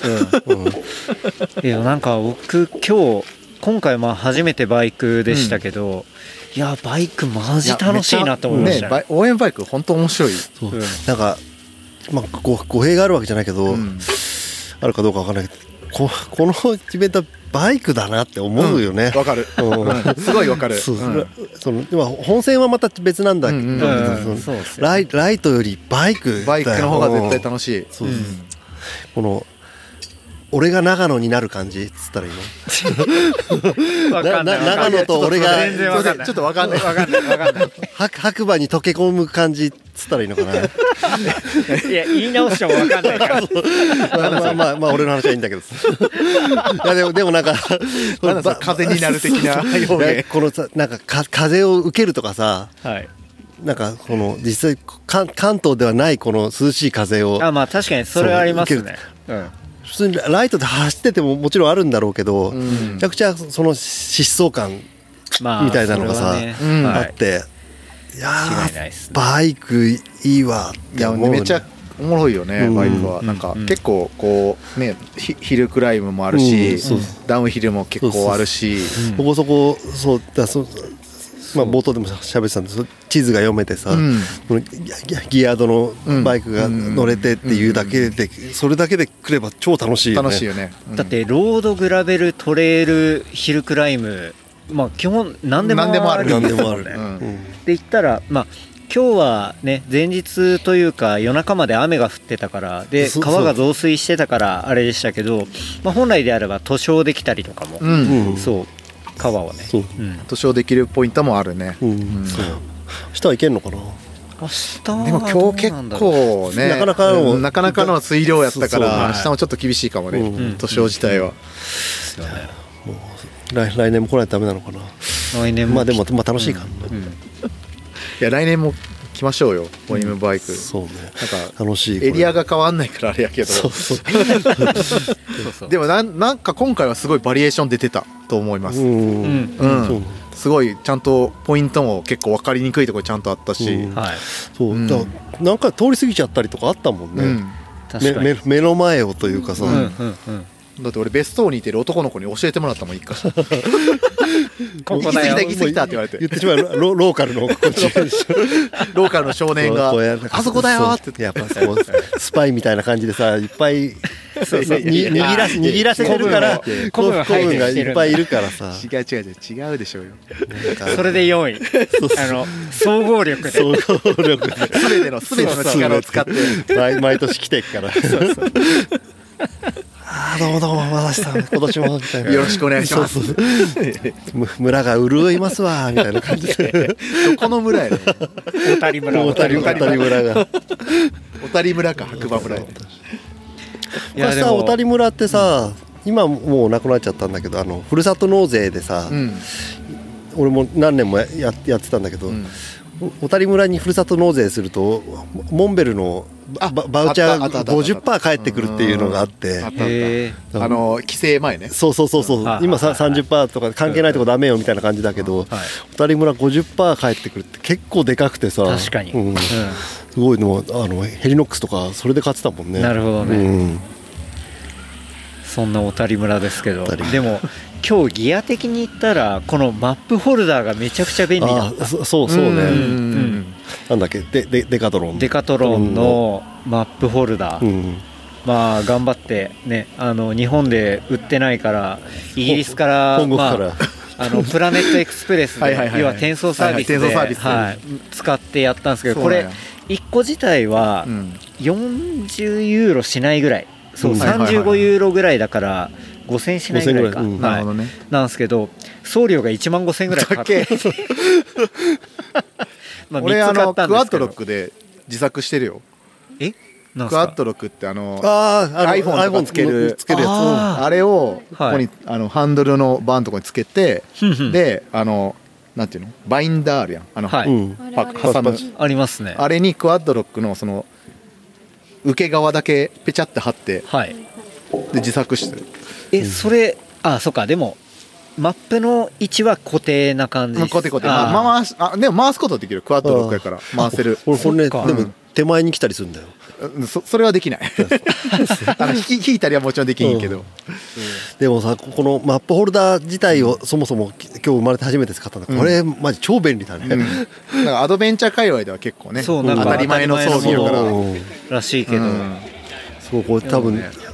D: いやなんか僕今回まあ初めてバイクでしたけど、いやバイクマジ楽しいなと思いましたね。
E: 応援バイク本当面白い。
B: なんかまあ語弊があるわけじゃないけど、あるかどうかわからないけど、このイベントはバイクだなって思うよね。
E: わかる。すごいわかる。
B: 今本線はまた別なんだけど、ライトよりバイク
E: の方が絶対楽しい。
B: この俺が長野になる感じっつったらいいの？
D: わかんない。
B: 長野と俺が
D: 全然わかんない。
E: ちょっとわかんない。
B: 白馬に溶け込む感じっつったらいいのかな。い
D: や言い直してもわかんないから。
B: まあ俺の話はいいんだけど。いやでもなんか
E: 風になる的な表現。
B: このさなんか風を受けるとかさ。
D: はい。
B: なんかこの実際関東ではないこの涼しい風を。
D: まあ確かにそれはありますね。うん。
B: 普通にライトで走っててももちろんあるんだろうけど、めちゃくちゃその疾走感みたいなのがさ、あって、いやーバイクいいわって思う、ね、
E: めっちゃおもろいよね、バイクは。なんか結構こうねヒルクライムもあるし、ダウンヒルも結構あるし、
B: そこそこそうだまあ、冒頭でも喋ってたんですけど地図が読めてさ、このギアードのバイクが乗れてっていうだけでそれだけで来れば超楽しいよね。
E: 楽しいよね、
D: だってロードグラベルトレイルヒルクライム、まあ基本何でもある、
B: 何でもある
D: で言ったらまあ今日はね前日というか夜中まで雨が降ってたからで川が増水してたからあれでしたけど、まあ、本来であれば塗装できたりとかも、そう川はね
E: 塗装できるポイントもあるね。
B: そう明日は行けんのかな。
D: 明日は
E: でも今日結構ねなかなかの水量やったから明日もちょっと厳しいかもね、塗装自体は。
B: もう来年も来ないとダメなのかな。
D: 来年も
B: まあでもまあ楽しいから、
E: いや来年も来ましょうよ、オイムバイク。
B: そうね、
E: なんか
B: 楽しい。
E: エリアが変わんないからあれやけど、でもなんか今回はすごいバリエーション出てたと思います。すごいちゃんとポイントも結構分かりにくいところちゃんとあったし、
B: そうだなんか通り過ぎちゃったりとかあったもんね、目の前をというかさ。
E: だって俺別荘にいてる男の子に教えてもらったもん一回。
D: ここだよ
E: 行き過ぎたって言われて、
B: 言ってしまうローカルのロ
E: ーカルの少年があそこだよって
B: やっぱスパイみたいな感じでさいっぱい握らせてるから
D: 古文
B: がいっぱいいるからさ。
E: 違うでしょうよ。
D: それで4位総合力で全
E: ての力を使って
B: 毎年来てっからどうもまさしさん今年もみたいな
E: よろしくお願いします。
B: 村が潤いますわみたいな感じで
E: どこの村やね。
D: 小谷村
B: が小
E: 谷村か白馬村やね。
B: 昔さ小谷村ってさ、今もうなくなっちゃったんだけどふるさと納税でさ、俺も何年もやってたんだけど、小谷村にふるさと納税するとモンベルのバウチャー 50% 返ってくるっていうのがあって、
E: 規制前ね。
B: そう今30% とか関係ないとこダメよみたいな感じだけど、小谷村 50% 返ってくるって結構でかくてさ、
D: 確かに、
B: すごいのヘリノックスとかそれで買ってたもんね。
D: なるほどね、そんな小谷村ですけど、でも今日ギア的に言ったらこのマップホルダーがめちゃくちゃ便利だった。
B: そうね、なんだっけデカトロンのマップホルダー、まあ頑張ってね日本で売ってないからイギリスからプラネットエクスプレスで要は転送サービスで使ってやったんですけど、これ1個自体は40ユーロしないぐらい、そう35ユーロぐらいだから5000しないぐらいか、なんですけど送料が1万5000ぐらいかかって
E: まあ俺クワッドロックで自作してるよ。クワッドロックって iPhone とかつけるやつ、あれをここにハンドルのバーのとこにつけてでなんていうのバインダーあるやんパック挟む
D: ありますね。
E: あれにクワッドロックのその受け側だけペチャって貼ってで自作してる。
D: それそっか。でもマップの位置は固定な感じ。
E: 固定でも回すことできる。クワッドロックやから回せる。
B: これね、でも手前に来たりするんだよ。
E: それはできない引いたりはもちろんできんけど、
B: でもさこのマップホルダー自体をそもそも今日生まれて初めて使ったんだ、これマジ超便利だね。だ
E: からアドベンチャー界隈では結構ね当たり前の装備やから
D: らしいけど、
B: そうこれ多分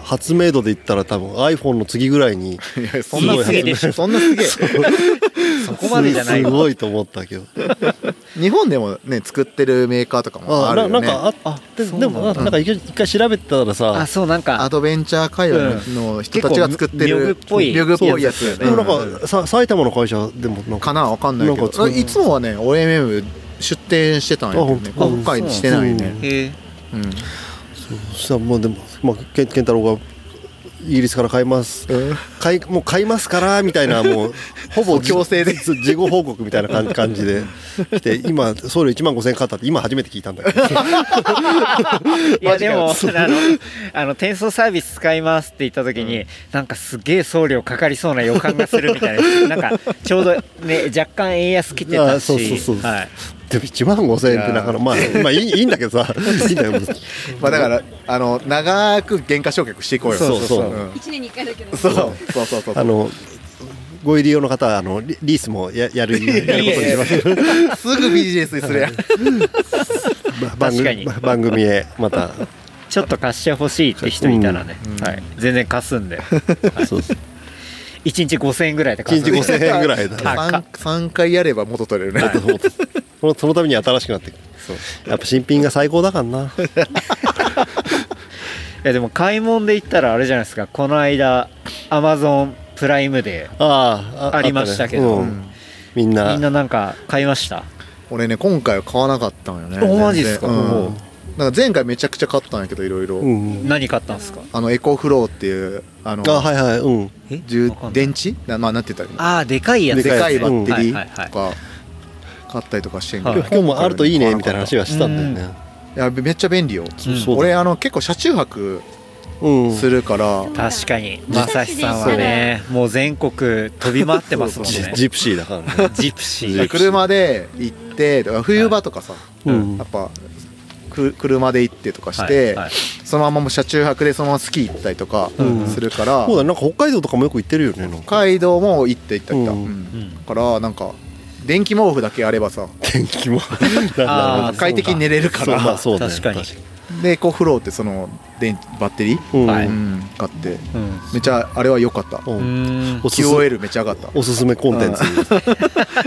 B: 初明度で言ったら多分 iPhone の次ぐらいに
E: そんなすげえそんなすげえ
D: そこまでじゃない
B: すごいと思ったけど
E: 日本でもね作ってるメーカーとかもあるよね。
B: なんかでもなんか一回調べてたらさ、
D: そうなんか
E: アドベンチャー界隈の人たちが作ってる
D: ミョグっぽい
E: やつよね。
B: でもなんか埼玉の会社でもなん
E: かなわかんないけど、いつもはね OMM 出店してたんやけどね、今回してないね。
B: そしたらもうでも健太郎がイギリスから買います、もう買いますからみたいな、もうほぼ
E: 強制で
B: 事後報告みたいな感じで来て、今送料1万5000円買ったって今初めて聞いたんだけど
D: いやでも転送サービス使いますって言った時に、なんかすげえ送料かかりそうな予感がするみたいななんかちょうどね若干円安来てたし、はい
B: でも1万5000円ってなかなかまあいいんだけどさいいんだよ
E: だから長く原価償却していこうよ。
B: そう
C: 1年に1回だけど
B: そうご入り用の方はリースもやることにします
E: すぐビジネスにするやん
B: 番組へまた
D: ちょっと貸してほしいって人いたらね、全然貸すんで、
B: そうです
D: 1日5000円ぐらいで貸す。
B: 1日5000円ぐらいだ
E: 3回やれば元取れるね。
B: そのために新しくなっていく。やっぱ新品が最高だからな。い
D: やでも買い物で言ったらあれじゃないですか、この間 Amazon プライムでありましたけど、みんななんか買いました？
E: 俺ね今回は買わなかったんよね。
D: マジですか？
E: なんか前回めちゃくちゃ買ったんやけどいろいろ。
D: 何買ったんですか？
E: エコフローっていう電池なんて言ったらいいの？
D: でかいやつ、
E: でかいバッテリーとか買ったりとかしてんけど、
B: 今日もあるといいねみたいな話はしたんだよね。
E: いやめっちゃ便利よ。俺結構車中泊するから。
D: 確かに正志さんはねもう全国飛び回ってますもんね。
B: ジプシーだからね。
D: ジプシー
E: 車で行って冬場とかさ、やっぱ車で行ってとかして、そのままもう車中泊でそのままスキー行ったりとかするから、
B: そうだなんか北海道とかもよく行ってるよね。
E: 北海道も行ったからなんか電気毛布だけあればさ、
B: 電気毛布
E: 快適に寝れるから。
D: 確かに。
E: でエコフローってそのバッテリー買ってめちゃあれは良かった。QOL めちゃ上がった。
B: おすすめコンテンツ。
D: 確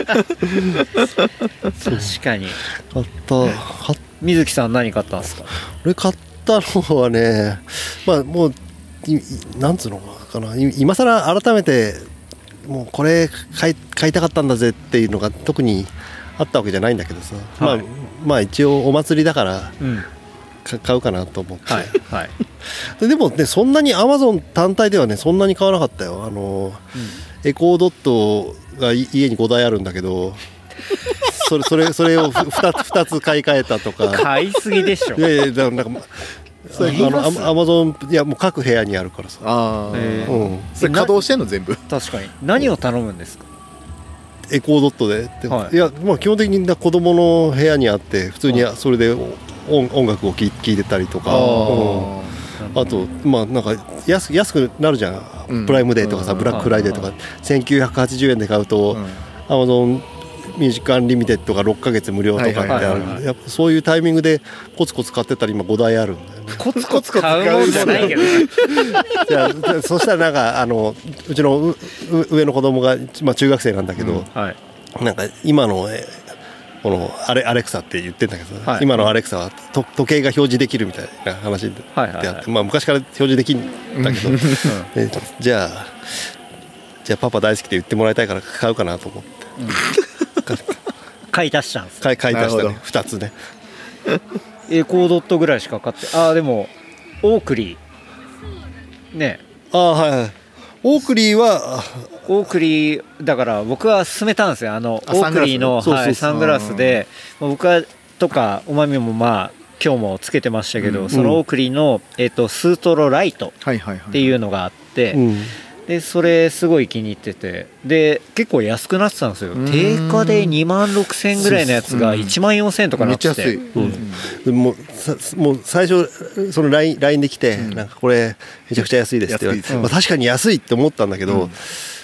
D: かに。
B: 買った。
D: 水木さん何買ったんですか？
B: 俺買ったのはね、もうなんつうのかな、今更改めてもうこれ買いたかったんだぜっていうのが特にあったわけじゃないんだけどさ、一応お祭りだから、買うかなと思って、でもねそんなにアマゾン単体ではねそんなに買わなかったよ。エコードットが家に5台あるんだけどそれを2つ買い替えたとか。
D: 買いすぎでしょ。
B: いやなんかアマゾンいやもう各部屋にあるからさ。
E: それ稼働してんの全部？
D: 確かに。何を頼むんですか？
B: エコードットで、いや基本的に子供の部屋にあって普通にそれで音楽を聴いてたりとか、あとなんか安くなるじゃん、プライムデーとかさ、ブラックフライデーとか1980円で買うとアマゾンミュージックアンリミテッドが6ヶ月無料とかってある。やっぱそういうタイミングでコツコツ買ってたら今5台あるんだよね。
D: コツコツ買うもんじゃないけどね。
B: そしたらなんかうちの上の子供が中学生なんだけど、なんか今のこのアレクサって言ってんだけど、今のアレクサは時計が表示できるみたいな話であって、昔から表示できるんだけど、じゃあパパ大好きって言ってもらいたいから買うかなと思って。
D: 買い足したんです。
B: 買い足したね、2つね。
D: エコードットぐらいしか買って、でもオークリーね。
B: オークリー
D: だから僕は勧めたんですよ。オークリーのサングラスで、僕はとかおまみも今日もつけてましたけど、そのオークリーのスートロライトっていうのがあって、でそれすごい気に入ってて、で結構安くなってたんですよ。定価で2万6000円ぐらいのやつが1万4000円とかなってて、
B: もう最初その LINE で来て、なんかこれめちゃくちゃ安いですって言われて、確かに安いって思ったんだけど、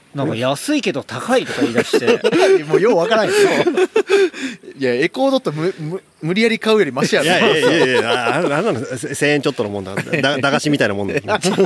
D: なんか安いけど高いとか言い出して
E: もうようわからないですよいやエコードット無理やり買うよりマシやろ。
B: いやあんなの1000円ちょっとのもんだ駄菓子みたいなもんだい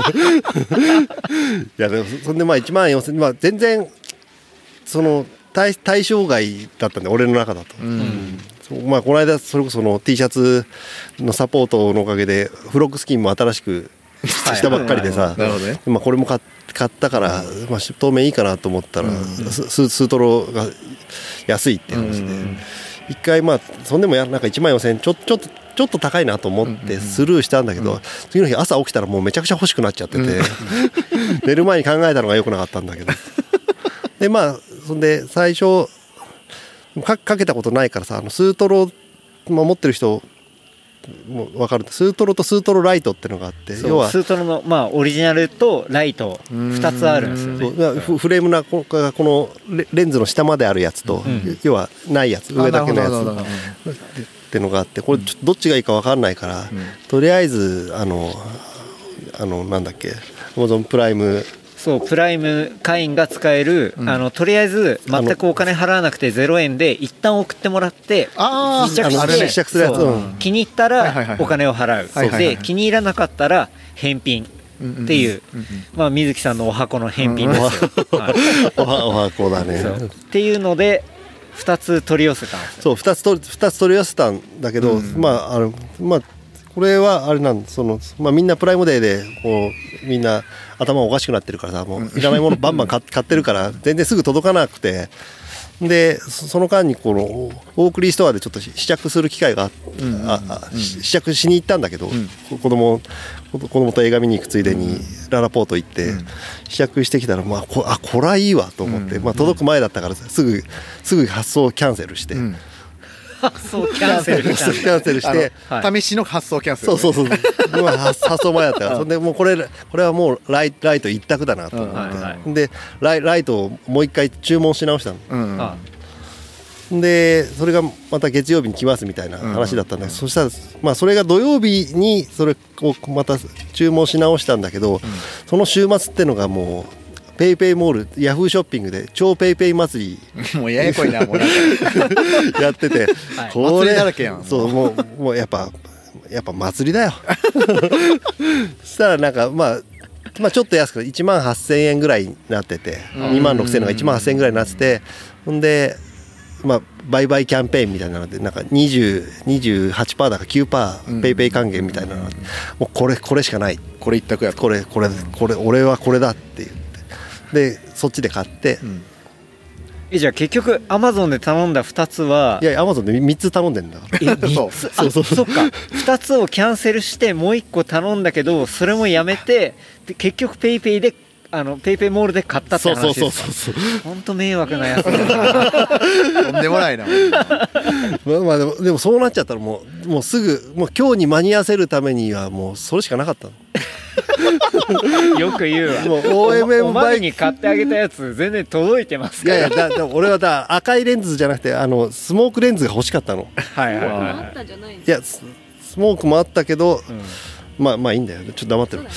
B: やでもそんでまあ1万4000、まあ、全然その対象外だったんで俺の中だと、まあこの間それこその T シャツのサポートのおかげでフロックスキンも新しくしたばっかりでさ、まあこれも買ったから、まあ、当面いいかなと思ったら、スートロが安いって話で、一回まあそんでもなんか1万4000円ちょっと高いなと思ってスルーしたんだけど、次の日朝起きたらもうめちゃくちゃ欲しくなっちゃってて、寝る前に考えたのが良くなかったんだけどでまあそんで最初かけたことないからさ、スートロ持ってる人も分かる。スートロとスートロライトってのがあって、
D: 要はスートロの、まあ、オリジナルとライト2つあるんですよね。
B: フレームなこのレンズの下まであるやつと、要はないやつ、上だけのやつってのがあって、これちょっとどっちがいいか分かんないから、とりあえずなんだっけ、Amazon プライム、
D: そうプライム会員が使える、とりあえず全くお金払わなくて0円で一旦送ってもらって試着するやつ、気に入ったらお金を払う、で気に入らなかったら返品っていう、まあ水木さんのお箱の返品ですよ、
B: お箱だね
D: っていうので2つ取り寄せたんですよ。
B: そう2つ取り寄せたんだけど、まあこれはあれなんまあ、みんなプライムデーでこうみんな頭おかしくなってるからさ、もういらないものバンバン買ってるから全然すぐ届かなくて、でその間にこのオークリーストアでちょっと試着する機会が試着しに行ったんだけど、子供と映画見に行くついでにララポート行って試着してきたら、まあこれはいいわと思って、まあ、届く前だったからすぐ発送キャンセルして。
D: 発送キャンセル
B: して
E: 試しの発送キャンセル、
B: そう発送前だったから、そんでもうこれはもうライト一択だなと思って、でライトをもう一回注文し直したの、でそれがまた月曜日に来ますみたいな話だったんだけど、そしたらまあそれが土曜日にそれをまた注文し直したんだけど、その週末ってのがもうペイペイモールヤフーショッピングで超ペイペイ祭
E: りもうややこいなもう
B: やってて、
E: これ祭りだらけやん。
B: そうもうやっぱ祭りだよそしたらなんかまあちょっと安く1万8000円ぐらいになってて、2万6000円のが1万8000円ぐらいになってて、ほんでまあ売買キャンペーンみたいなのでなんか28%だか 9% ペイペイ還元みたいなの、もうこれしかない、
E: これ一択や、
B: これ俺はこれだって言って、でそっちで買って、
D: じゃあ結局アマゾンで頼んだ2つは、
B: いやアマゾンで3つ頼んでんだから
D: 3つそっか2つをキャンセルしてもう1個頼んだけどそれもやめて、で結局ペイペイでペイペイモールで買ったって話ですか。そう本当迷惑なやつだな
E: とんでもないな
B: まあでもそうなっちゃったらもうすぐもう今日に間に合わせるためにはもうそれしかなかったの
D: よく言うわ。
B: もう OMM
D: お前に買ってあげたやつ全然届いてますから。
B: いやだ俺は赤いレンズじゃなくてスモークレンズが欲しかったの。いやスモークもあったけど、まあいいんだよ、ちょっと黙ってる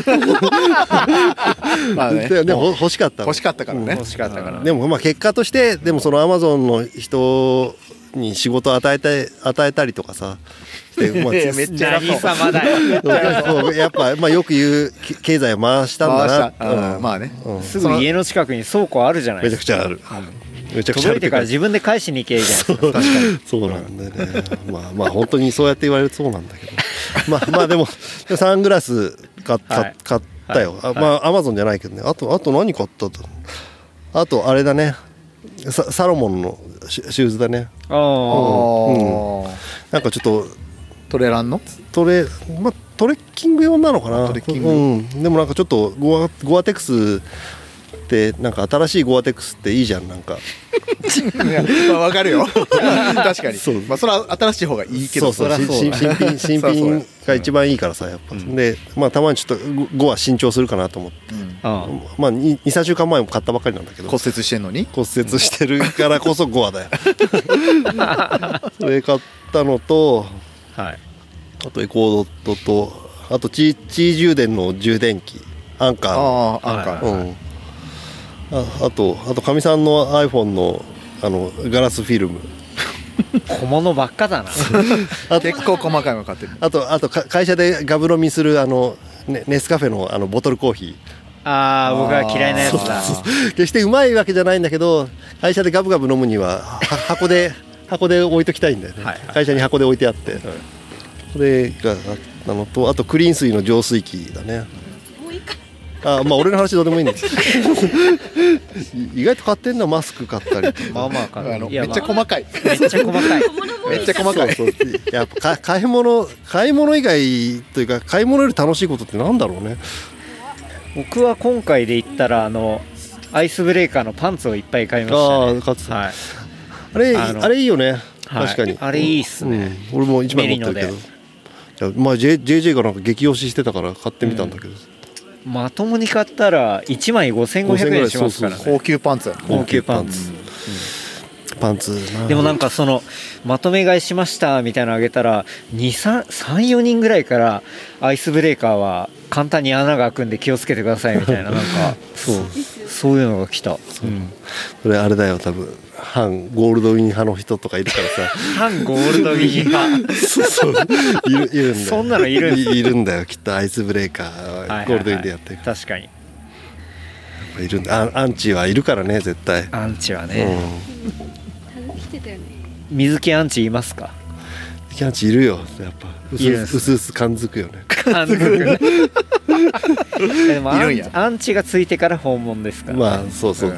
B: まあね、でも欲しかった
E: からね、
D: 欲しかったから。
B: でもまあ結果としてでもそのアマゾンの人に仕事を与えたりとかさ
E: めっちゃ
D: 何様だよ
B: やっぱまあよく言う経済を回したんだな。
E: まあね、
D: すぐ家の近くに倉庫あるじゃないですか。
B: めちゃくちゃある、
D: 届いてから自分で返しに行けばいいじゃないですか。確かに
B: そうなんだよねまあ本当にそうやって言われるとそうなんだけどまあでもサングラス買ったよ、まあアマゾンじゃないけどね。あと何買ったと、あとあれだね、サロモンのシューズだね。なんかちょっと
E: トレランの
B: トレッキング用なのかな。でもなんかちょっとゴアテクスってなんか新しいゴアテクスっていいじゃん、なんか
E: まあ分かるよ確かに。まあそれは新しい方がいいけど、
B: 新品が一番いいからさやっぱ、でまあたまにちょっとゴア新調するかなと思って、まあ 2,3 週間前も買ったばっかりなんだけど、
E: 骨折してんのに
B: 骨折してるからこそゴアだよそれ買ったのと、あとエコードットと、あと地充電の充電器アンカー、 あとかみさんの iPhone のガラスフィルム
D: 小物ばっかだな
E: 結構細かいの買ってる。
B: あと会社でガブ飲みするネスカフェのボトルコーヒー。
D: ああ、僕は嫌いなやつだ。
B: 決してうまいわけじゃないんだけど、会社でガブガブ飲むには箱で置いときたいんだよね、はいはい、会社に箱で置いてあって、それがと、あとクリーン水の浄水器だね。まあ俺の話どうでもいいんです意外と買ってんのマスク買ったり
E: まあまあ買うめっちゃ細かい
D: めっちゃ細かい
E: めっちゃ細かい。
B: そうやっぱ買い物以外というか、買い物より楽しいことってなんだろうね。
D: 僕は今回で言ったらアイスブレーカーのパンツをいっぱい買いましたね。
B: 買ってた、はい、あれいいよね、はい、確かに
D: あれいいっすね、
B: 俺も1枚持ってるけど、まあ、JJ がなんか激推ししてたから買ってみたんだけど、
D: まともに買ったら1枚5500円しますからね。
E: 高級パンツ。
D: 高級パンツ、
B: パンツ
D: でもなんかまとめ買いしましたみたいなのあげたら 3,4 人ぐらいからアイスブレーカーは簡単に穴が開くんで気をつけてくださいみたいななんかそういうのが来た。
B: それあれだよ、多分反ゴールドウィン派の人とかいるからさ
D: 反ゴールドウィン派
B: そういるんだよ。
D: そんなのい
B: るんだよきっと。アイスブレーカーゴールドウィンでやってる、
D: 確かに
B: いるんだ。アンチはいるからね、絶対。
D: アンチはね、水木アンチいますか？
B: 水木アンチいるよ、やっぱうすうす感づくよね。
D: 感づくねでもアンチがついてから訪問ですから、ね、
B: まあそうそう、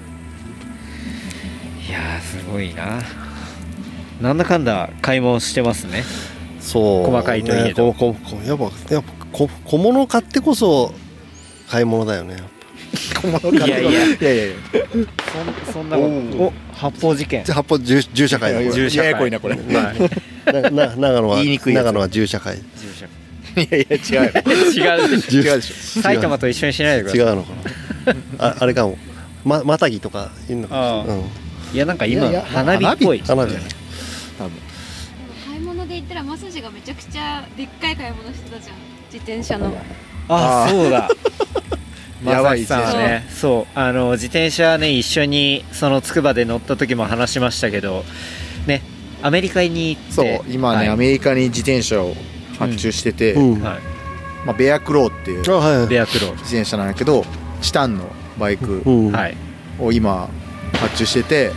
D: いやすごいな。なんだかんだ買い物してますね。
B: そう
D: 細かいといえど、
B: やっぱ小物買ってこそ買い物だよね。
E: 小物買って
D: いやそんなこと発砲事件、
B: 発砲銃社会だ。
E: ややこいなこれ、
B: 長野は銃社会。
E: いや違うでしょ。
D: 埼玉と一緒にしないでください。
B: 違うのかなあれかも、またぎとかいるのかな。
D: いやなんか今花火っぽい。
B: 花火じゃない
C: 多分。買い物で言ったらマサジがめちゃくちゃでっかい買い物してたじゃん、自転車の。
D: あ、そうだ
E: やばい
D: さんね。そう自転車ね、一緒につくばで乗った時も話しましたけどね、アメリカに行って、
E: そう今ね、アメリカに自転車を発注してて、ベアクローっていう
D: ベアクロー
E: 自転車なんだけど、チタンのバイクを今発注してて、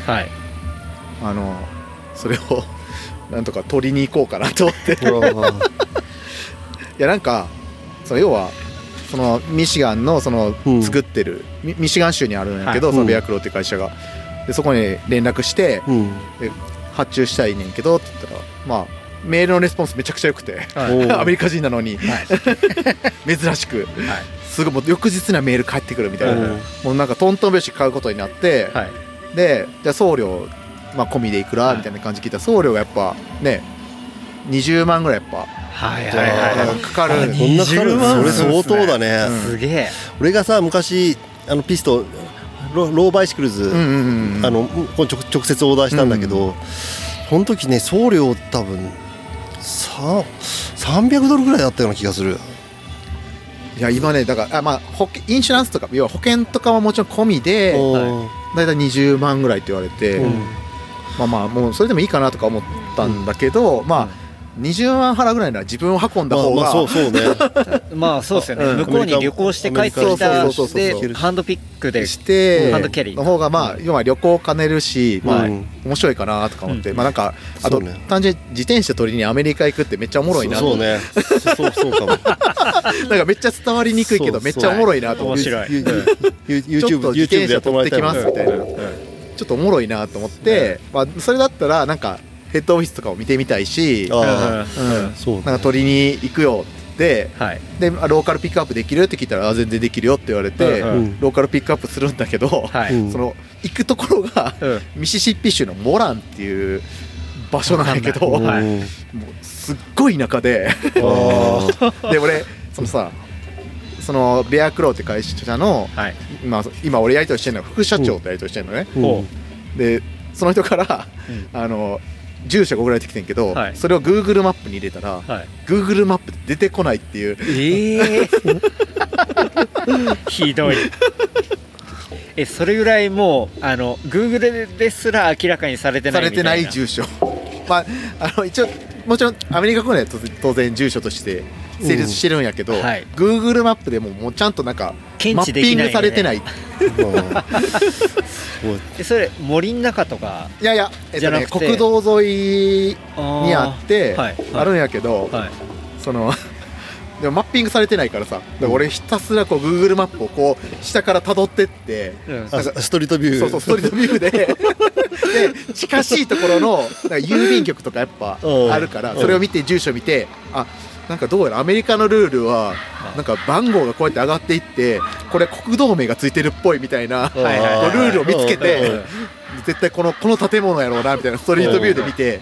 E: それをなんとか取りに行こうかなと思っていやなんか要はミシガンの作ってる、ミシガン州にあるんやけど、そのベアクローっていう会社がで、そこに連絡して、で発注したいねんけどって言ったら、まあメールのレスポンスめちゃくちゃ良くて、アメリカ人なのに、珍しく、すごいもう翌日にはメール返ってくるみたいな、もうなんかトントン拍子買うことになって、でじゃあ送料、込みでいくらみたいな感じで聞いたら、送料がやっぱね20万ぐらいやっぱかかる。
B: そんなかかる？それ相当だね。
D: すげえ。
B: 俺がさ昔ピストローバイシクルズ直接オーダーしたんだけど、その時ね送料多分300ドルぐらいだったような気がする。
E: いや今ねだからインシュランスとか要は保険とかはもちろん込みでだいたい20万ぐらいって言われて、もうそれでもいいかなとか思ったんだけど、20万払うぐらいなら自分を運んだ方が
B: そうね
D: そうですよね。向こうに旅行して帰ってきたでハンドピックで
E: して
D: ハンドキャリー
E: の方が要は旅行を兼ねるし面白いかなとか思って、なんかあと単純に自転車取りにアメリカ行くってめっちゃおもろいなと思って、
B: そうかもなん
E: かめっちゃ伝わりにくいけどめっちゃおもろいなと思って、ちょっと自転車取ってきますみたいな、ちょっとおもろいなと思って、それだったらなんかヘッドオフィスとかを見てみたいし、なんか取りに行くよって、でローカルピックアップできるって聞いたら全然できるよって言われて、ローカルピックアップするんだけど、行くところがミシシッピ州のモランっていう場所なんだけど、もうすっごい田舎でで俺そのベアクローって会社の、今俺やり取りしてるのは副社長とやり取りしてるのね、でその人から住所が送られてきてんけど、それを Google マップに入れたら、Google マップで出てこないっていう、
D: ひどい。 それぐらいもうGoogle ですら明らかにされてないみたいな。
E: されてない住所まあ一応もちろんアメリカ国内は当然住所として成立してるんやけど、はい、Google マップでもうちゃんとなんかマッピングされてない。
D: それ森の中とか
E: いや、国道沿いにあってあるんやけど、はい、そのでもマッピングされてないからさ、だから俺ひたすらこう Google マップをこう下から辿ってって、
B: ストリートビュー、
E: そうストリートビューでで近しいところの郵便局とかやっぱあるから、それを見て住所見て、なんかどうやらアメリカのルールはなんか番号がこうやって上がっていってこれ国道名がついてるっぽいみたいなルールを見つけて、絶対この建物やろうなみたいなストリートビューで見て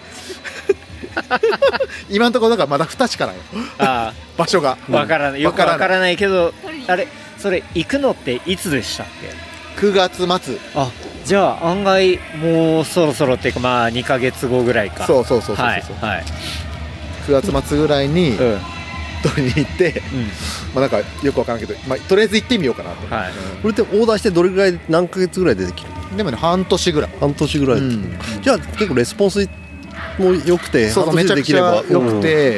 E: 今のところだからまだ不確かなよ場所が
D: わからない、よくわからないけど、あれそれ行くのっていつでしたっ
E: け？9月末。
D: じゃあ案外もうそろそろっていうかまあ2ヶ月後ぐらいか。
E: そう、はい、9月末ぐらいに取りに行って、なんかよくわからんけど、とりあえず行ってみようかなと。
B: これってオーダーしてどれぐらい何ヶ月ぐらいでできる？
E: でもね半年ぐらい。
B: じゃあ結構レスポンスも良くて、
E: そうめちゃくちゃ良くて、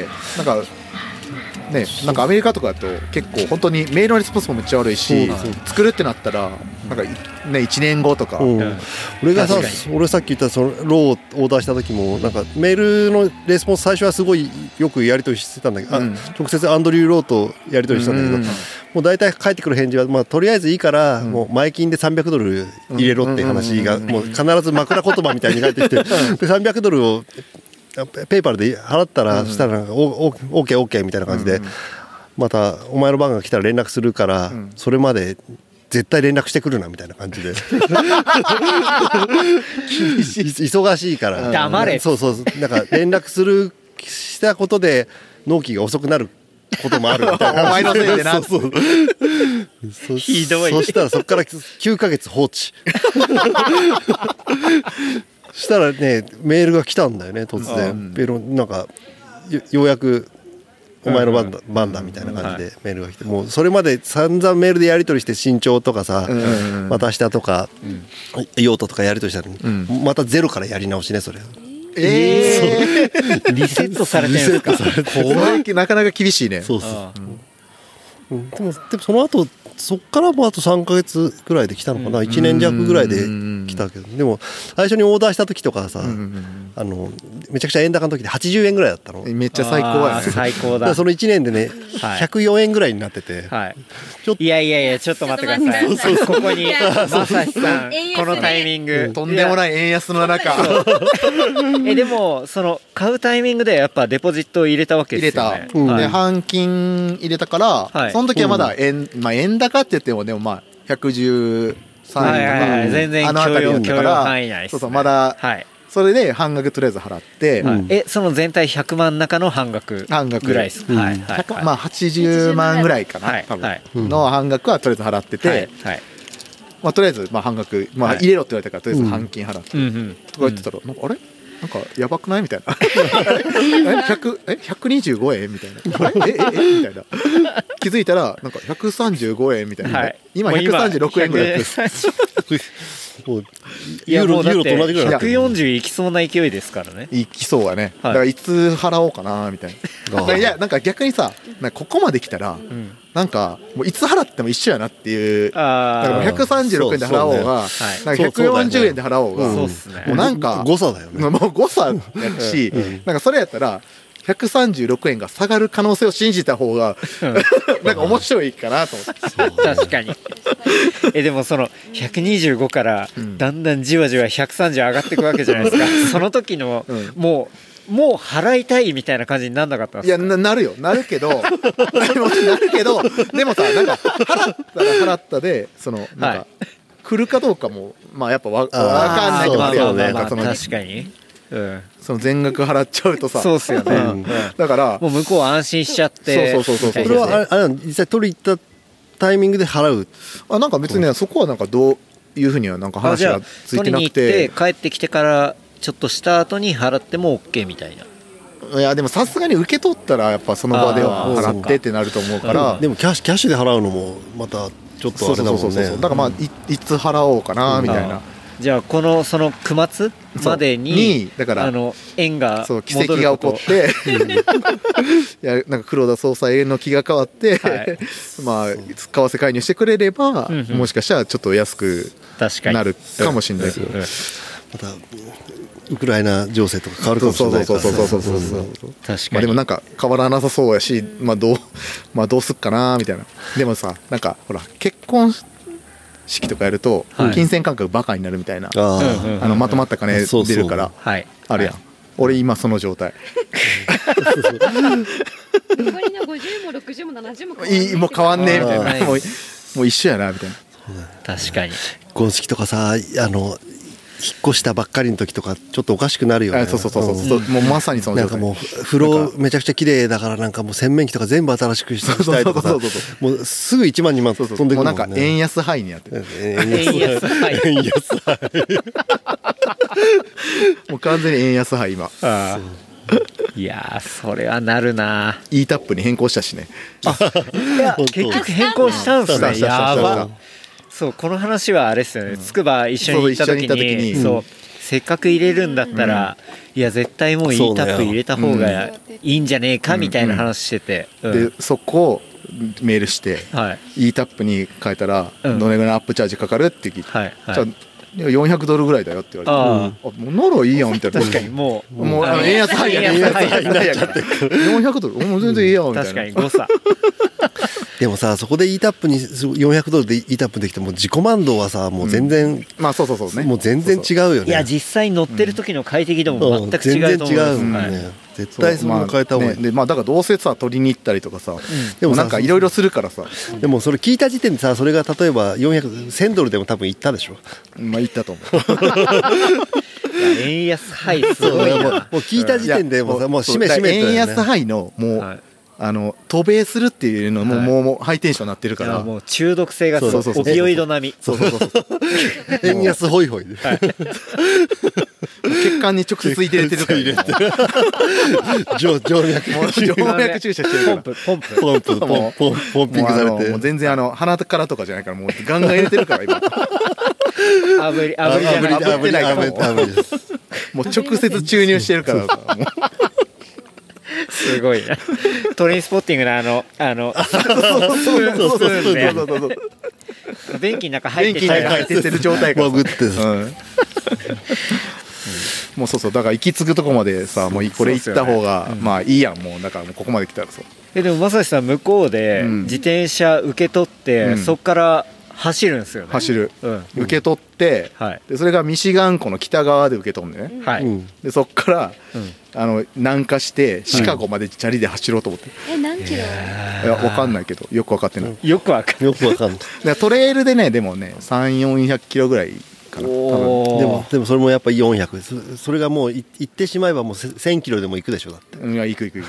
E: なんかアメリカとかだと結構本当にメールのレスポンスもめっちゃ悪いし、作るってなったらなんかね1年後とか。
B: 俺さっき言ったそのローをオーダーした時もなんかメールのレスポンス最初はすごいよくやり取りしてたんだけど、直接アンドリュー・ローとやり取りしたんだけど、もう大体返ってくる返事はとりあえずいいからもう前金で$300入れろっていう話がもう必ず枕言葉みたいに返ってきて、で$300をペイパルで払ったら、したらオーケーみたいな感じで、またお前の番が来たら連絡するから、それまで絶対連絡してくるなみたいな感じで忙しいから
D: 黙れ。
B: そうなんか連絡したことで納期が遅くなることもあるみたいな。
E: お前のせいでな。
D: ひどい。
B: そしたらそこから9ヶ月放置したらねメールが来たんだよね突然。なんかようやくお前の番だみたいな感じでメールが来て、もうそれまで散々メールでやり取りして身長とかさ、股下とか用途とかやり取りしたのに、またゼロからやり直しねそれ。
D: リセットされてるんですか？
E: なかなか厳しいね。
B: そうでもその後そっからもあと3ヶ月ぐらいで来たのかな、1年弱ぐらいで来たけど、でも最初にオーダーした時とかさ、めちゃくちゃ円高の時で80円ぐらいだったの。
E: めっちゃ最高やね。
D: 最高だ。
B: その1年でね、104円ぐらいになってて、
D: いやちょっと待ってください。ここにまさしさんこのタイミング
E: とんでもない円安の中
D: でもその買うタイミングでやっぱデポジットを入れたわけですよね。
E: 入れた、で半金入れたから、その時はまだ円高って言ってもでも113円とか、
D: 全然許容範囲内ですね。
E: そうまだ、それで半額とりあえず払って、
D: その全体100万の中の半額ぐらいですか？
E: 80万ぐらいかな、多分の半額はとりあえず払ってて、とりあえず半額入れろって言われたからとりあえず半金払ってとか言ってたら、あれなんかやばくないみたいな125円みたいなみたいな気づいたらなんか135円みたいな、今136円ぐらいです。
D: ユーロと同じぐらい140いきそうな勢いですからね。
E: いきそうはね。だからいつ払おうかなみたいな。いやなんか逆にさ、ここまで来たらなんかもういつ払っても一緒やなっていう。だから136円で払おうが140円で払おうが、もうなんか
B: 誤差だよね。
E: もう誤差やし、なんかそれやったら136円が下がる可能性を信じた方がなんか面白いかなと思って。
D: 確かに。でもその125からだんだんじわじわ130上がっていくわけじゃないですか。その時のもう払いたいみたいな感じになんなかったんですか？
E: いやなるけどでもさ、なんか払ったでそのなんか来るかどうかもやっぱわかんないと思うよね。
D: 確かに。
E: その全額払っちゃうとさ、
D: そうっすよね。
E: だから
D: もう向こう安心しちゃって。
E: そう
B: それはあれ実際取り行ったタイミングで払う？
E: なんか別にね、そこはなんかどういうふうにはなんか話がついてなくて、取りに行って
D: 帰ってきてからちょっとした後に払っても OK みたいな。
E: いやでもさすがに受け取ったらやっぱその場では払ってってなると思うから。
B: でもキャッシュで払うのもまたちょっとあれだもんね。
E: だからまあ いつ払おうかなみたいな。
D: じゃあその9末までに
E: だから
D: 円が
E: そう奇跡が起こっていやなんか黒田総裁の気が変わって、はい、まあ為替介入してくれれば、もしかしたらちょっと安くなるかもしれないけど、ま
B: たウクライナ情勢とか変わるかもしれないから。
E: 確かに。でもなんか変わらなさそうやし、まあどうすっかなみたいな。でもさ、なんかほら結婚式とかやると金銭感覚バカになるみたいな、まとまった金出るからあるやん。俺今その状態。
C: 残りの50も60も70も
E: もう変わんねえみたいな。もう一緒やなみたいな。
D: 確かに。
B: 結婚式とかさ、引っ越したばっかりの時とかちょっとおかしくなるよね。
E: そうもうまさにその
B: 状態。なんかもう風呂めちゃくちゃ綺麗だからなんかもう洗面器とか全部新しくしたいとかさ、もうすぐ1万2万飛んでくるもんね。
E: もうなんか円安ハイにやってる。
D: 円安ハイ。
E: もう完全に円安ハイ今。
D: いやそれはなるな。
E: E タップに変更したしね。
D: いや結局変更したんすね。やば。そうこの話はあれですよね。つくば一緒に行った時に、そうせっかく入れるんだったら、いや絶対もう E タップ入れた方がいいんじゃねえかみたいな話してて、
E: でそこをメールして、E タップに変えたらどれぐらいアップチャージかかるって聞いて、じゃあ400ドルぐらいだよって言われて、もうならいいやんみたいな。
D: 確かにもう
E: 円安ハイやから400ドルもう全然いいやんみたいな。
D: 確かに誤差。
B: でもさ、そこで E タップに400ドルで E タップできても自己満度はさもう全然、
E: まあそうね、
B: もう全然違うよね。
D: いや実際乗ってる時の快適度も全く違うと思う。
B: 全然違うもんね。絶対その変えた方がいい。
E: でまあだからどうせさ取りに行ったりとかさ、でもなんかいろいろするからさ、
B: でもそれ聞いた時点でさ、それが例えば1000ドルでも多分行ったでしょ。
E: まあ行ったと思う。
D: 円安ハイすごいな。
B: もう聞いた時点でもう締め
E: 円安ハイのもう渡米するっていうのもうハイテンションになってるから、
D: もう中毒性がオピオイド並み。
B: 円安ホイホイで
E: 血管に直接入れてるから
B: 静脈
E: 注射してるから
B: ポンピングされて、
E: もう全然鼻からとかじゃないからもうガンガン入れてるから今。
D: 炙ってないから
E: もう直接注入してるからもう。
D: すごいな。トレインスポッティングの便器の中入って
E: る状態からもうそうだから行き継ぐとこまでさ、もうこれ行った方がまあいいやん。もうだからもうここまで来たらさ。
D: でもまさしさん向こうで自転車受け取ってそっから走るんですよね。
E: 走る、受け取って、でそれがミシガン湖の北側で受け取るんでね、でそっから南下してシカゴまでチャリで走ろうと思って。
C: 何キロ？
E: いや分かんないけどよく分かってない。
D: よく分かん
E: ない。トレイルでね、でもね300-400キロぐらいかな多
B: 分。でもそれもやっぱり400、それがもう行ってしまえばもう1000キロでも行くでしょ。だって。
E: いや行く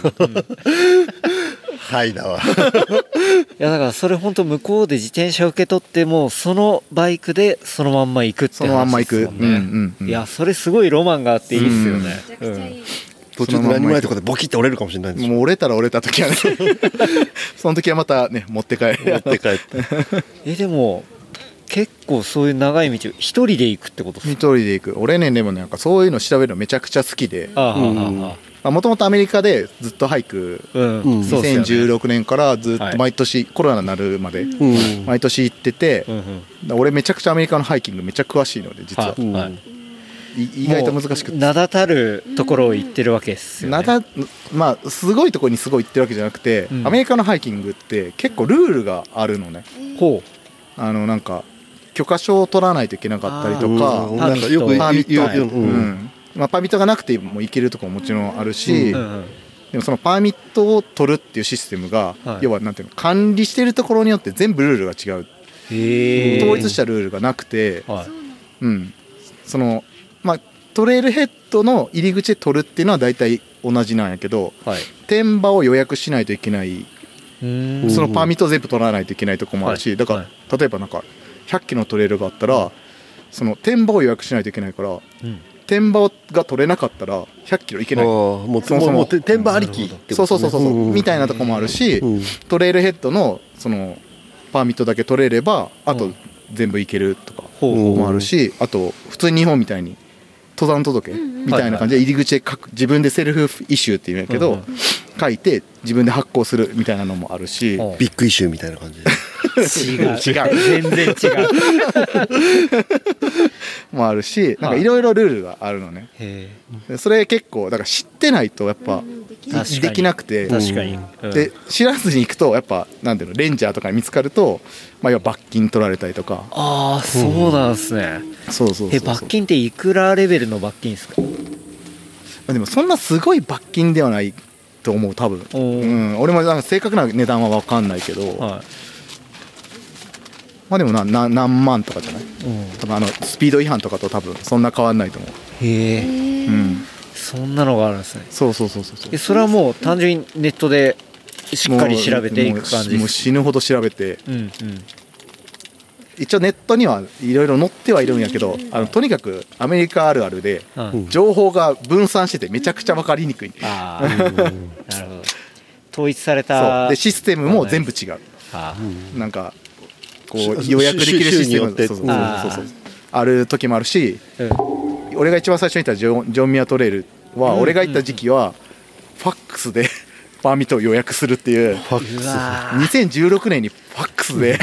B: はいだわ。
D: いやだからそれ本当向こうで自転車受け取ってもそのバイクでそのまんま行くって話ですもんね。いやそれすごいロマンがあっていいですよね。
C: めちゃくちゃいい。
B: 途中で何もないところでボキって折れるかもしれないんでしょ。
E: もう折れたら折れた時はねその時はまたね持って帰って
D: でも結構そういう長い道一人で行くってことですか？
E: 一人で行く。俺ねでもなんかそういうの調べるのめちゃくちゃ好きで、もともとアメリカでずっとハイク、2016年からずっと毎年、コロナになるまで毎年行ってて、俺めちゃくちゃアメリカのハイキングめっちゃ詳しいので実は、意外と難しくて
D: 名だたるところを行ってるわけですよね。
E: まあすごいところにすごい行ってるわけじゃなくて、アメリカのハイキングって結構ルールがあるのね。なんか許可証を取らないといけなかったりとか、
B: なんかよく
E: パーミットがなくても行けるところももちろんあるし、でもそのパーミットを取るっていうシステムが、要はなんていうの、管理してるところによって全部ルールが違う。統一したルールがなくて、そのトレイルヘッドの入り口で取るっていうのは大体同じなんやけど、天場を予約しないといけない、そのパーミットを全部取らないといけないところもあるし、だから例えばなんか100キロのトレイルがあったら、その天場を予約しないといけないから、天場が取れなかったら100キロ行けない。
B: もう天場ありきって
E: そうみたいなところもあるし、トレイルヘッドのそのパーミットだけ取れればあと全部行けるとかもあるし、あと普通に日本みたいに登山届みたいな感じで入り口で自分でセルフイシューっていうんやけど書いて自分で発行するみたいなのもあるし、
B: ビッグイシューみたいな感じで
D: 違う全然違う
E: もあるし、なんかいろいろルールがあるのね。それ結構だから知ってないとやっぱできなくて、
D: 確かに、
E: で知らずに行くとやっぱなんていうのレンジャーとかに見つかると、まあ、要は罰金取られたりとか。
D: ああそうなんですね。
E: そうそうそう。
D: 罰金っていくらレベルの罰金ですか？
E: でもそんなすごい罰金ではないと思う多分。俺もなんか正確な値段は分かんないけど、まあでも何万とかじゃない？多分スピード違反とかと多分そんな変わんないと思う。
D: へえ。そんなのがあるんですね。
E: そう。そ
D: れはもう単純にネットでしっかり調べていく感じですか？
E: もう死ぬほど調べて、一応ネットにはいろいろ載ってはいるんやけど、とにかくアメリカあるあるで情報が分散しててめちゃくちゃ分かりにくい。
D: なるほど。統一された
E: でシステムも全部違う。なんかこう予約できるシステムある時もあるし、俺が一番最初に言ったジョンミアトレイルは、俺が行った時期はファックスでパーミットを予約するっていう、2016年にファックスでだ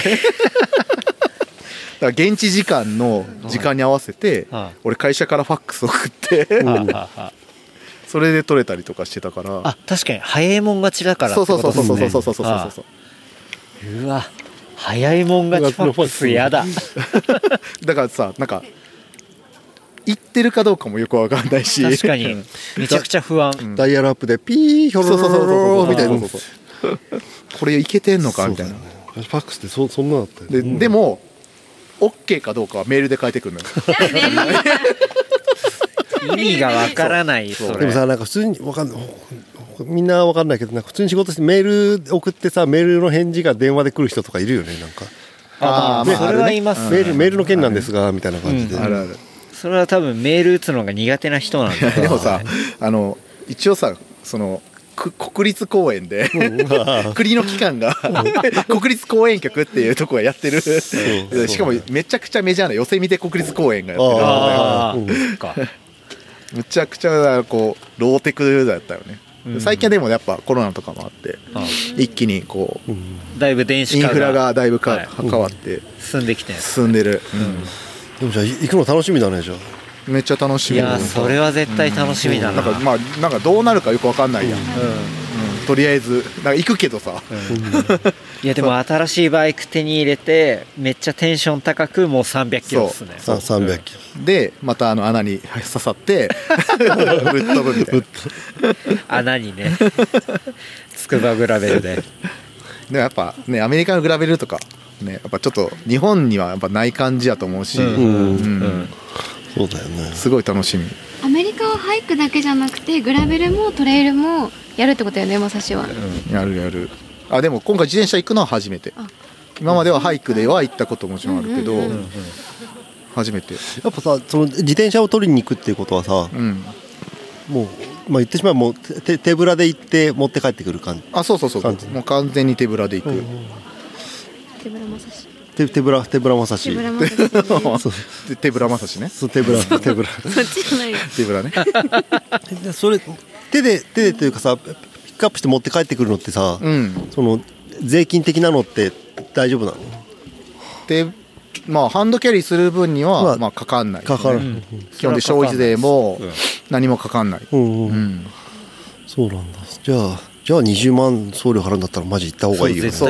E: から現地時間の時間に合わせて俺会社からファックス送ってそれで取れたりとかしてたから。
D: あ、確かに早いもん勝ちだからってことですね。
E: そう
D: うわ、早いもん勝ちファックスやだ
E: だからさ、なんか行ってるかどうかもよくわかんないし、
D: 確かにめちゃくちゃ不安。
B: ダイヤルアップでピーヒョロロロロみたいな、
E: これいけてんのかみたいな。
B: ファックスってそんなだったよ。
E: でも OK かどうかはメールで返ってくるのよ
D: 意味がわからないそれ。
B: でもさ、なんか普通にわかんない、みんなわかんないけど、なんか普通に仕事してメール送ってさ、メールの返事が電話で来る人とかいるよね。なんか
D: それはいます。
B: メールの件なんですがみたいな感じで。
E: あるある。
D: それは多分メール打つのが苦手な人なんだ。
E: でもさ、一応さ、その国立公園で国の機関が国立公園局っていうとこがやってる、しかもめちゃくちゃメジャーなヨセミテ国立公園がやってる。むちゃくちゃこうローテクだったよね。最近はでもやっぱコロナとかもあって一気にこう
D: だいぶ電子化が
E: インフラがだいぶ変わって
D: 進んできて
E: 進んでる。
B: でもじゃあ行くの楽しみだね。じゃあ
E: めっちゃ楽しみ。
D: いやそれは絶対楽しみだな。
E: なんかどうなるかよく分かんないやん。とりあえずなんか行くけどさ、
D: いやでも新しいバイク手に入れてめっちゃテンション高くもう300キロですね。
B: 300キロ
E: でまた穴に刺さってぶっ飛ぶみたいな。
D: 穴にね筑波グラベルで。
E: でやっぱねアメリカのグラベルとかね、やっぱちょっと日本にはやっぱない感じやと思うし、
B: そうだよね。
E: すごい楽しみ。
C: アメリカはハイクだけじゃなくてグラベルもトレイルもやるってことだよね、まさしは。
E: やる。あ、でも今回自転車行くのは初めて。今まではハイクでは行ったこともちろんあるけど、初めて。
B: やっぱさ、その自転車を取りに行くっていうことはさ、もう、まあ、言ってしまえばもう手ぶらで行って持って帰ってくる感じ。
E: あ、そうもう完全に手ぶらで行く。
C: 手ぶらまさし。
B: 手ぶらまさし。
E: 手ぶらまさしね。
B: そう手ぶら。そっちじゃ
C: ない。
E: 手ぶらね。
B: それ手でというかさ、ピックアップして持って帰ってくるのってさ、その税金的なのって大丈夫なの？
E: で、まあハンドキャリーする分にはまあかかんない。
B: かかる。
E: 基本で消費税も何もかかんない。
B: そうなんだ。じゃあ20万送料払うんだったらマジ行った方がいいよね。
E: そう。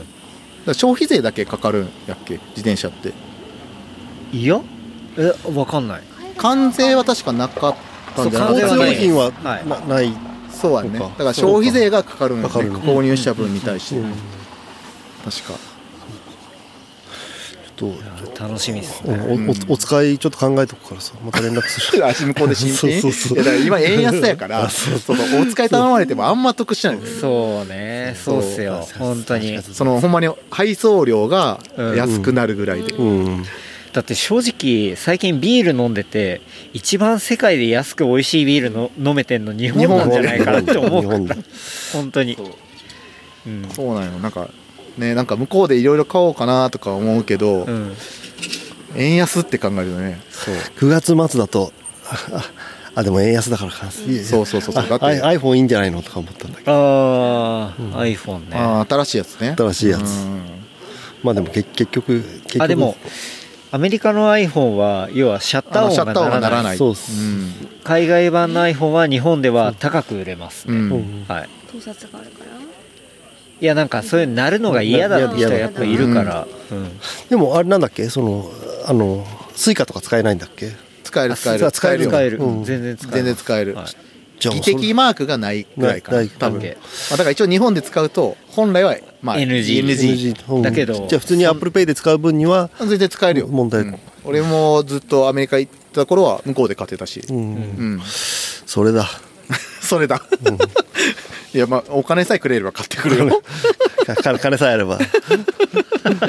E: 消費税だけかかるんやっけ、自転車って。
D: いや、分かんない。
E: 関税は確かなかったんじゃない？
B: 交通用品はない。
E: そうはね。だから消費税がかかるんやね、購入した分に対して。確か。
D: 楽しみですね。
B: お使いちょっと考えとくからさ、また連絡する。
E: 足向こうで新品。いやだから今円安やからそのお使い頼まれてもあんま得しないんです。
D: そうね、そうっすよ本当に。
E: そのほんまに配送料が安くなるぐらいで。
D: だって正直最近ビール飲んでて一番世界で安く美味しいビールの飲めてんの日本なんじゃないかなって思うから本当に。
E: そうなんよ。なんかね、なんか向こうでいろいろ買おうかなとか思うけど、円安って考えるとね、
B: そう9月末だとでも円安だからか、
E: そうだって
B: iPhone いいんじゃないのとか思ったんだけど、
D: iPhone ね、
E: 新しいやつね、
B: 新しいやつ、まあでも結局
D: でもアメリカの iPhone は要はシャッター音がならない。
B: そうです、
D: 海外版の iPhone は日本では高く売れますね、はい、
C: 盗撮があるから。
D: いやなんかそういう鳴るのが嫌だって人はやっぱいるから、
B: でもあれなんだっけ、そのスイカとか使えないんだっけ。
E: 使える
D: 全然
E: 使える、技的マークがないぐらいかな多分、だから一応日本で使うと本来はまあ
D: NG だけど、
B: じゃあ普通に ApplePay で使う分には
E: 全然使えるよ、問題、俺もずっとアメリカ行った頃は向こうで買ってたし、
B: それだ
E: それだいやまあお金さえくれれば買ってくるよ
B: 金さえあれば確
D: か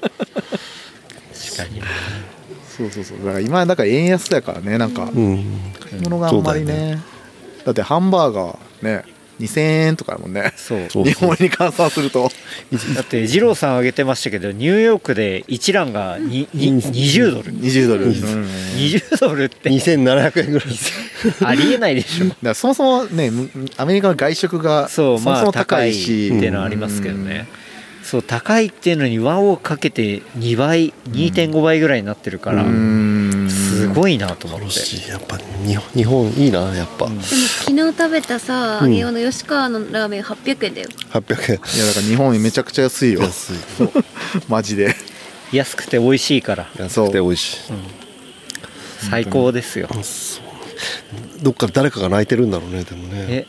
D: に
E: そうだから今だから円安だからね、なんか買い物があんまりね、だってハンバーガーね2000円とかだもんね、日本に換算すると
D: だって二郎さん挙げてましたけど、ニューヨークで一蘭が20ドル20ドルって
B: 2700円ぐらい
D: ありえないでしょ。だから
E: そもそもねアメリカの外食がそもそも高いし
D: っていうのはありますけどね、そう高いっていうのに輪をかけて2倍 2.5 倍ぐらいになってるから、すごいなと思って。
B: やっぱ日本いいなやっぱ、
C: でも昨日食べたさ上尾の吉川のラーメン800円だよ。
B: 800円。
E: いやだから日本めちゃくちゃ安いよ。安いマジで
D: 安くて美味しいから。
B: 安くて美味しい、
D: 最高ですよ。
B: どっか誰かが泣いてるんだろうね。でもね、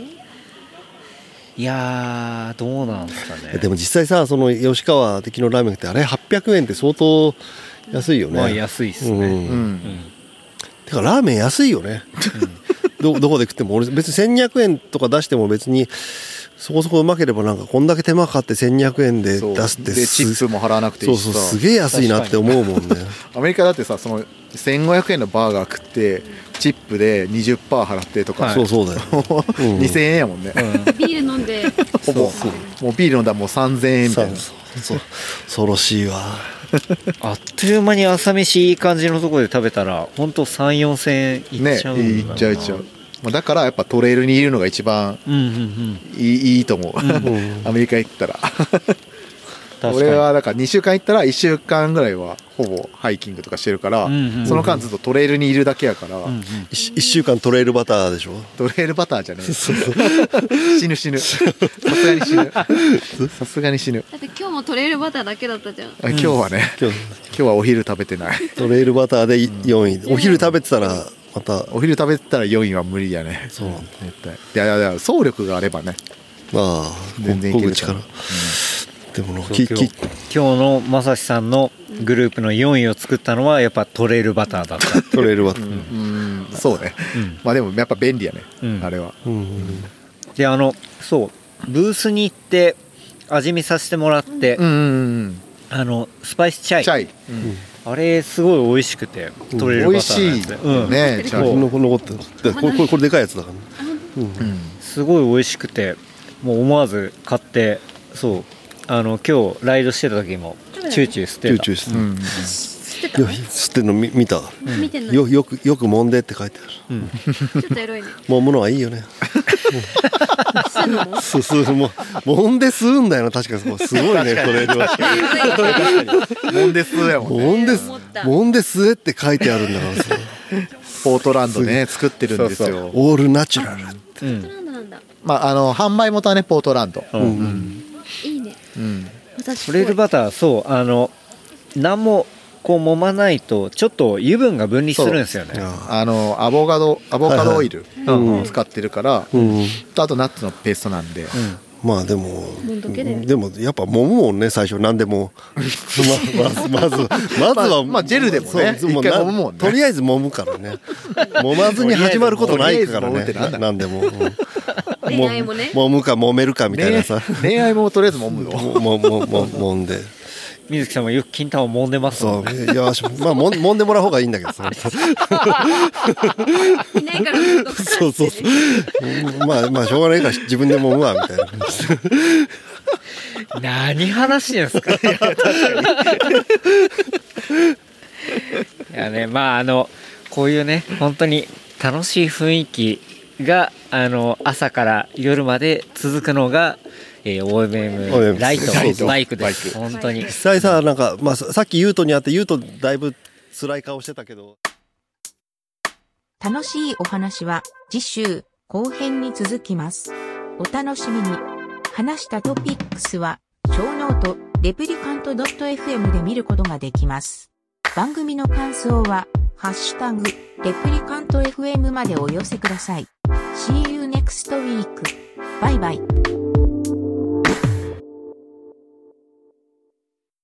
D: いやどうなんですかね。
B: でも実際さ、その吉川的のラーメンってあれ800円って相当安いよね。
D: まあ安いっすね、
B: てかラーメン安いよね、どこで食っても。俺別に1200円とか出しても別にそこそこうまければ、なんかこんだけ手間かかって1200円で出すって
E: でチップも払わなくていいしさ、
B: すげえ安いなって思うもんね
E: アメリカだってさ、その1500円のバーガー食ってチップで 20% 払ってとか、
B: そうだよ
E: 2000円やもんね、
C: ビール飲んで
E: ほぼもうビール飲んだらもう3000円みたいな。
B: 恐ろしいわ
D: あっという間に朝飯いい感じのところで食べたらほんと 3,4 千円いっちゃう
E: ね、いっちゃう。だからやっぱトレイルにいるのが一番いいと思う、アメリカ行ったら俺はだから2週間行ったら1週間ぐらいはほぼハイキングとかしてるから、その間ずっとトレイルにいるだけやから、
B: 1週間トレイルバターでしょ。
E: トレイルバターじゃねえ死ぬさすがに死ぬ。
C: だって今日もトレイルバターだけだったじゃん。
E: 今日はね、今日はお昼食べてない。
B: トレイルバターで4位。お昼食べてたらまた
E: お昼食べてたら4位は無理やね。
B: そう
E: 絶対。いや総力があればね、全然いけるから。
D: でも今日のまさしさんのグループの4位を作ったのはやっぱトレイルバターだった
B: トレイルバター、
E: そうね、まあでもやっぱ便利やね、あれは、
D: でそうブースに行って味見させてもらって、スパイスチャイ、あれすごい美味しくて、トレイルバター
E: 美味しいね、
B: チャイ残ってる。これでかいやつだからね、
D: すごい美味しくて、もう思わず買って、そう今日ライドしてた時もチューチュー吸ってた。
B: 吸ってんの見た。よく揉んでって書いてある。
C: ちょっとエロいね。
B: 揉むのはいいよね。揉んで吸うんだよな。確かにすごいね、トレイルは。
E: 揉んで吸えやもんね。
B: 揉んで吸えって書いてあるんだからさ。
E: ポートランドね作ってるんですよ。
B: オールナチュラルって。
E: まあ販売元はねポートランド。
C: いいね。
D: トレイルバター、そう何もこう揉まないとちょっと油分が分離するんですよね。
E: アボカドオイルを使ってるから、あとナッツのペーストなんで、
B: まあでもやっぱ揉むもんね、最初何でもまずは
E: まあジェルでもね、一回揉むもんね。
B: とりあえず揉むからね。揉まずに始まることないからね、何でも。
C: 恋愛もね、
B: 揉むか揉めるかみたいなさ。
E: 恋愛もとりあえず揉むの。
B: 揉んで。
D: 水木さんもよく金玉を揉んでますもんね。
B: いや、まあ揉んでもらう方がいいんだけどさ。
C: いないから
B: そう。まあしょうがないから自分で揉むわみたいな。
D: 何話してんすか。いやね、まあこういうね本当に楽しい雰囲気が朝から夜まで続くのが、OMM ライトバイクです。本当に実
B: 際さ、なんか、まあ、さっきユートに会ってユートだいぶ辛い顔してたけど、
F: 楽しいお話は次週後編に続きます。お楽しみに。話したトピックスは小ノートレプリカント .fm で見ることができます。番組の感想はハッシュタグレプリカント FM までお寄せください。See you next week. バイバイ。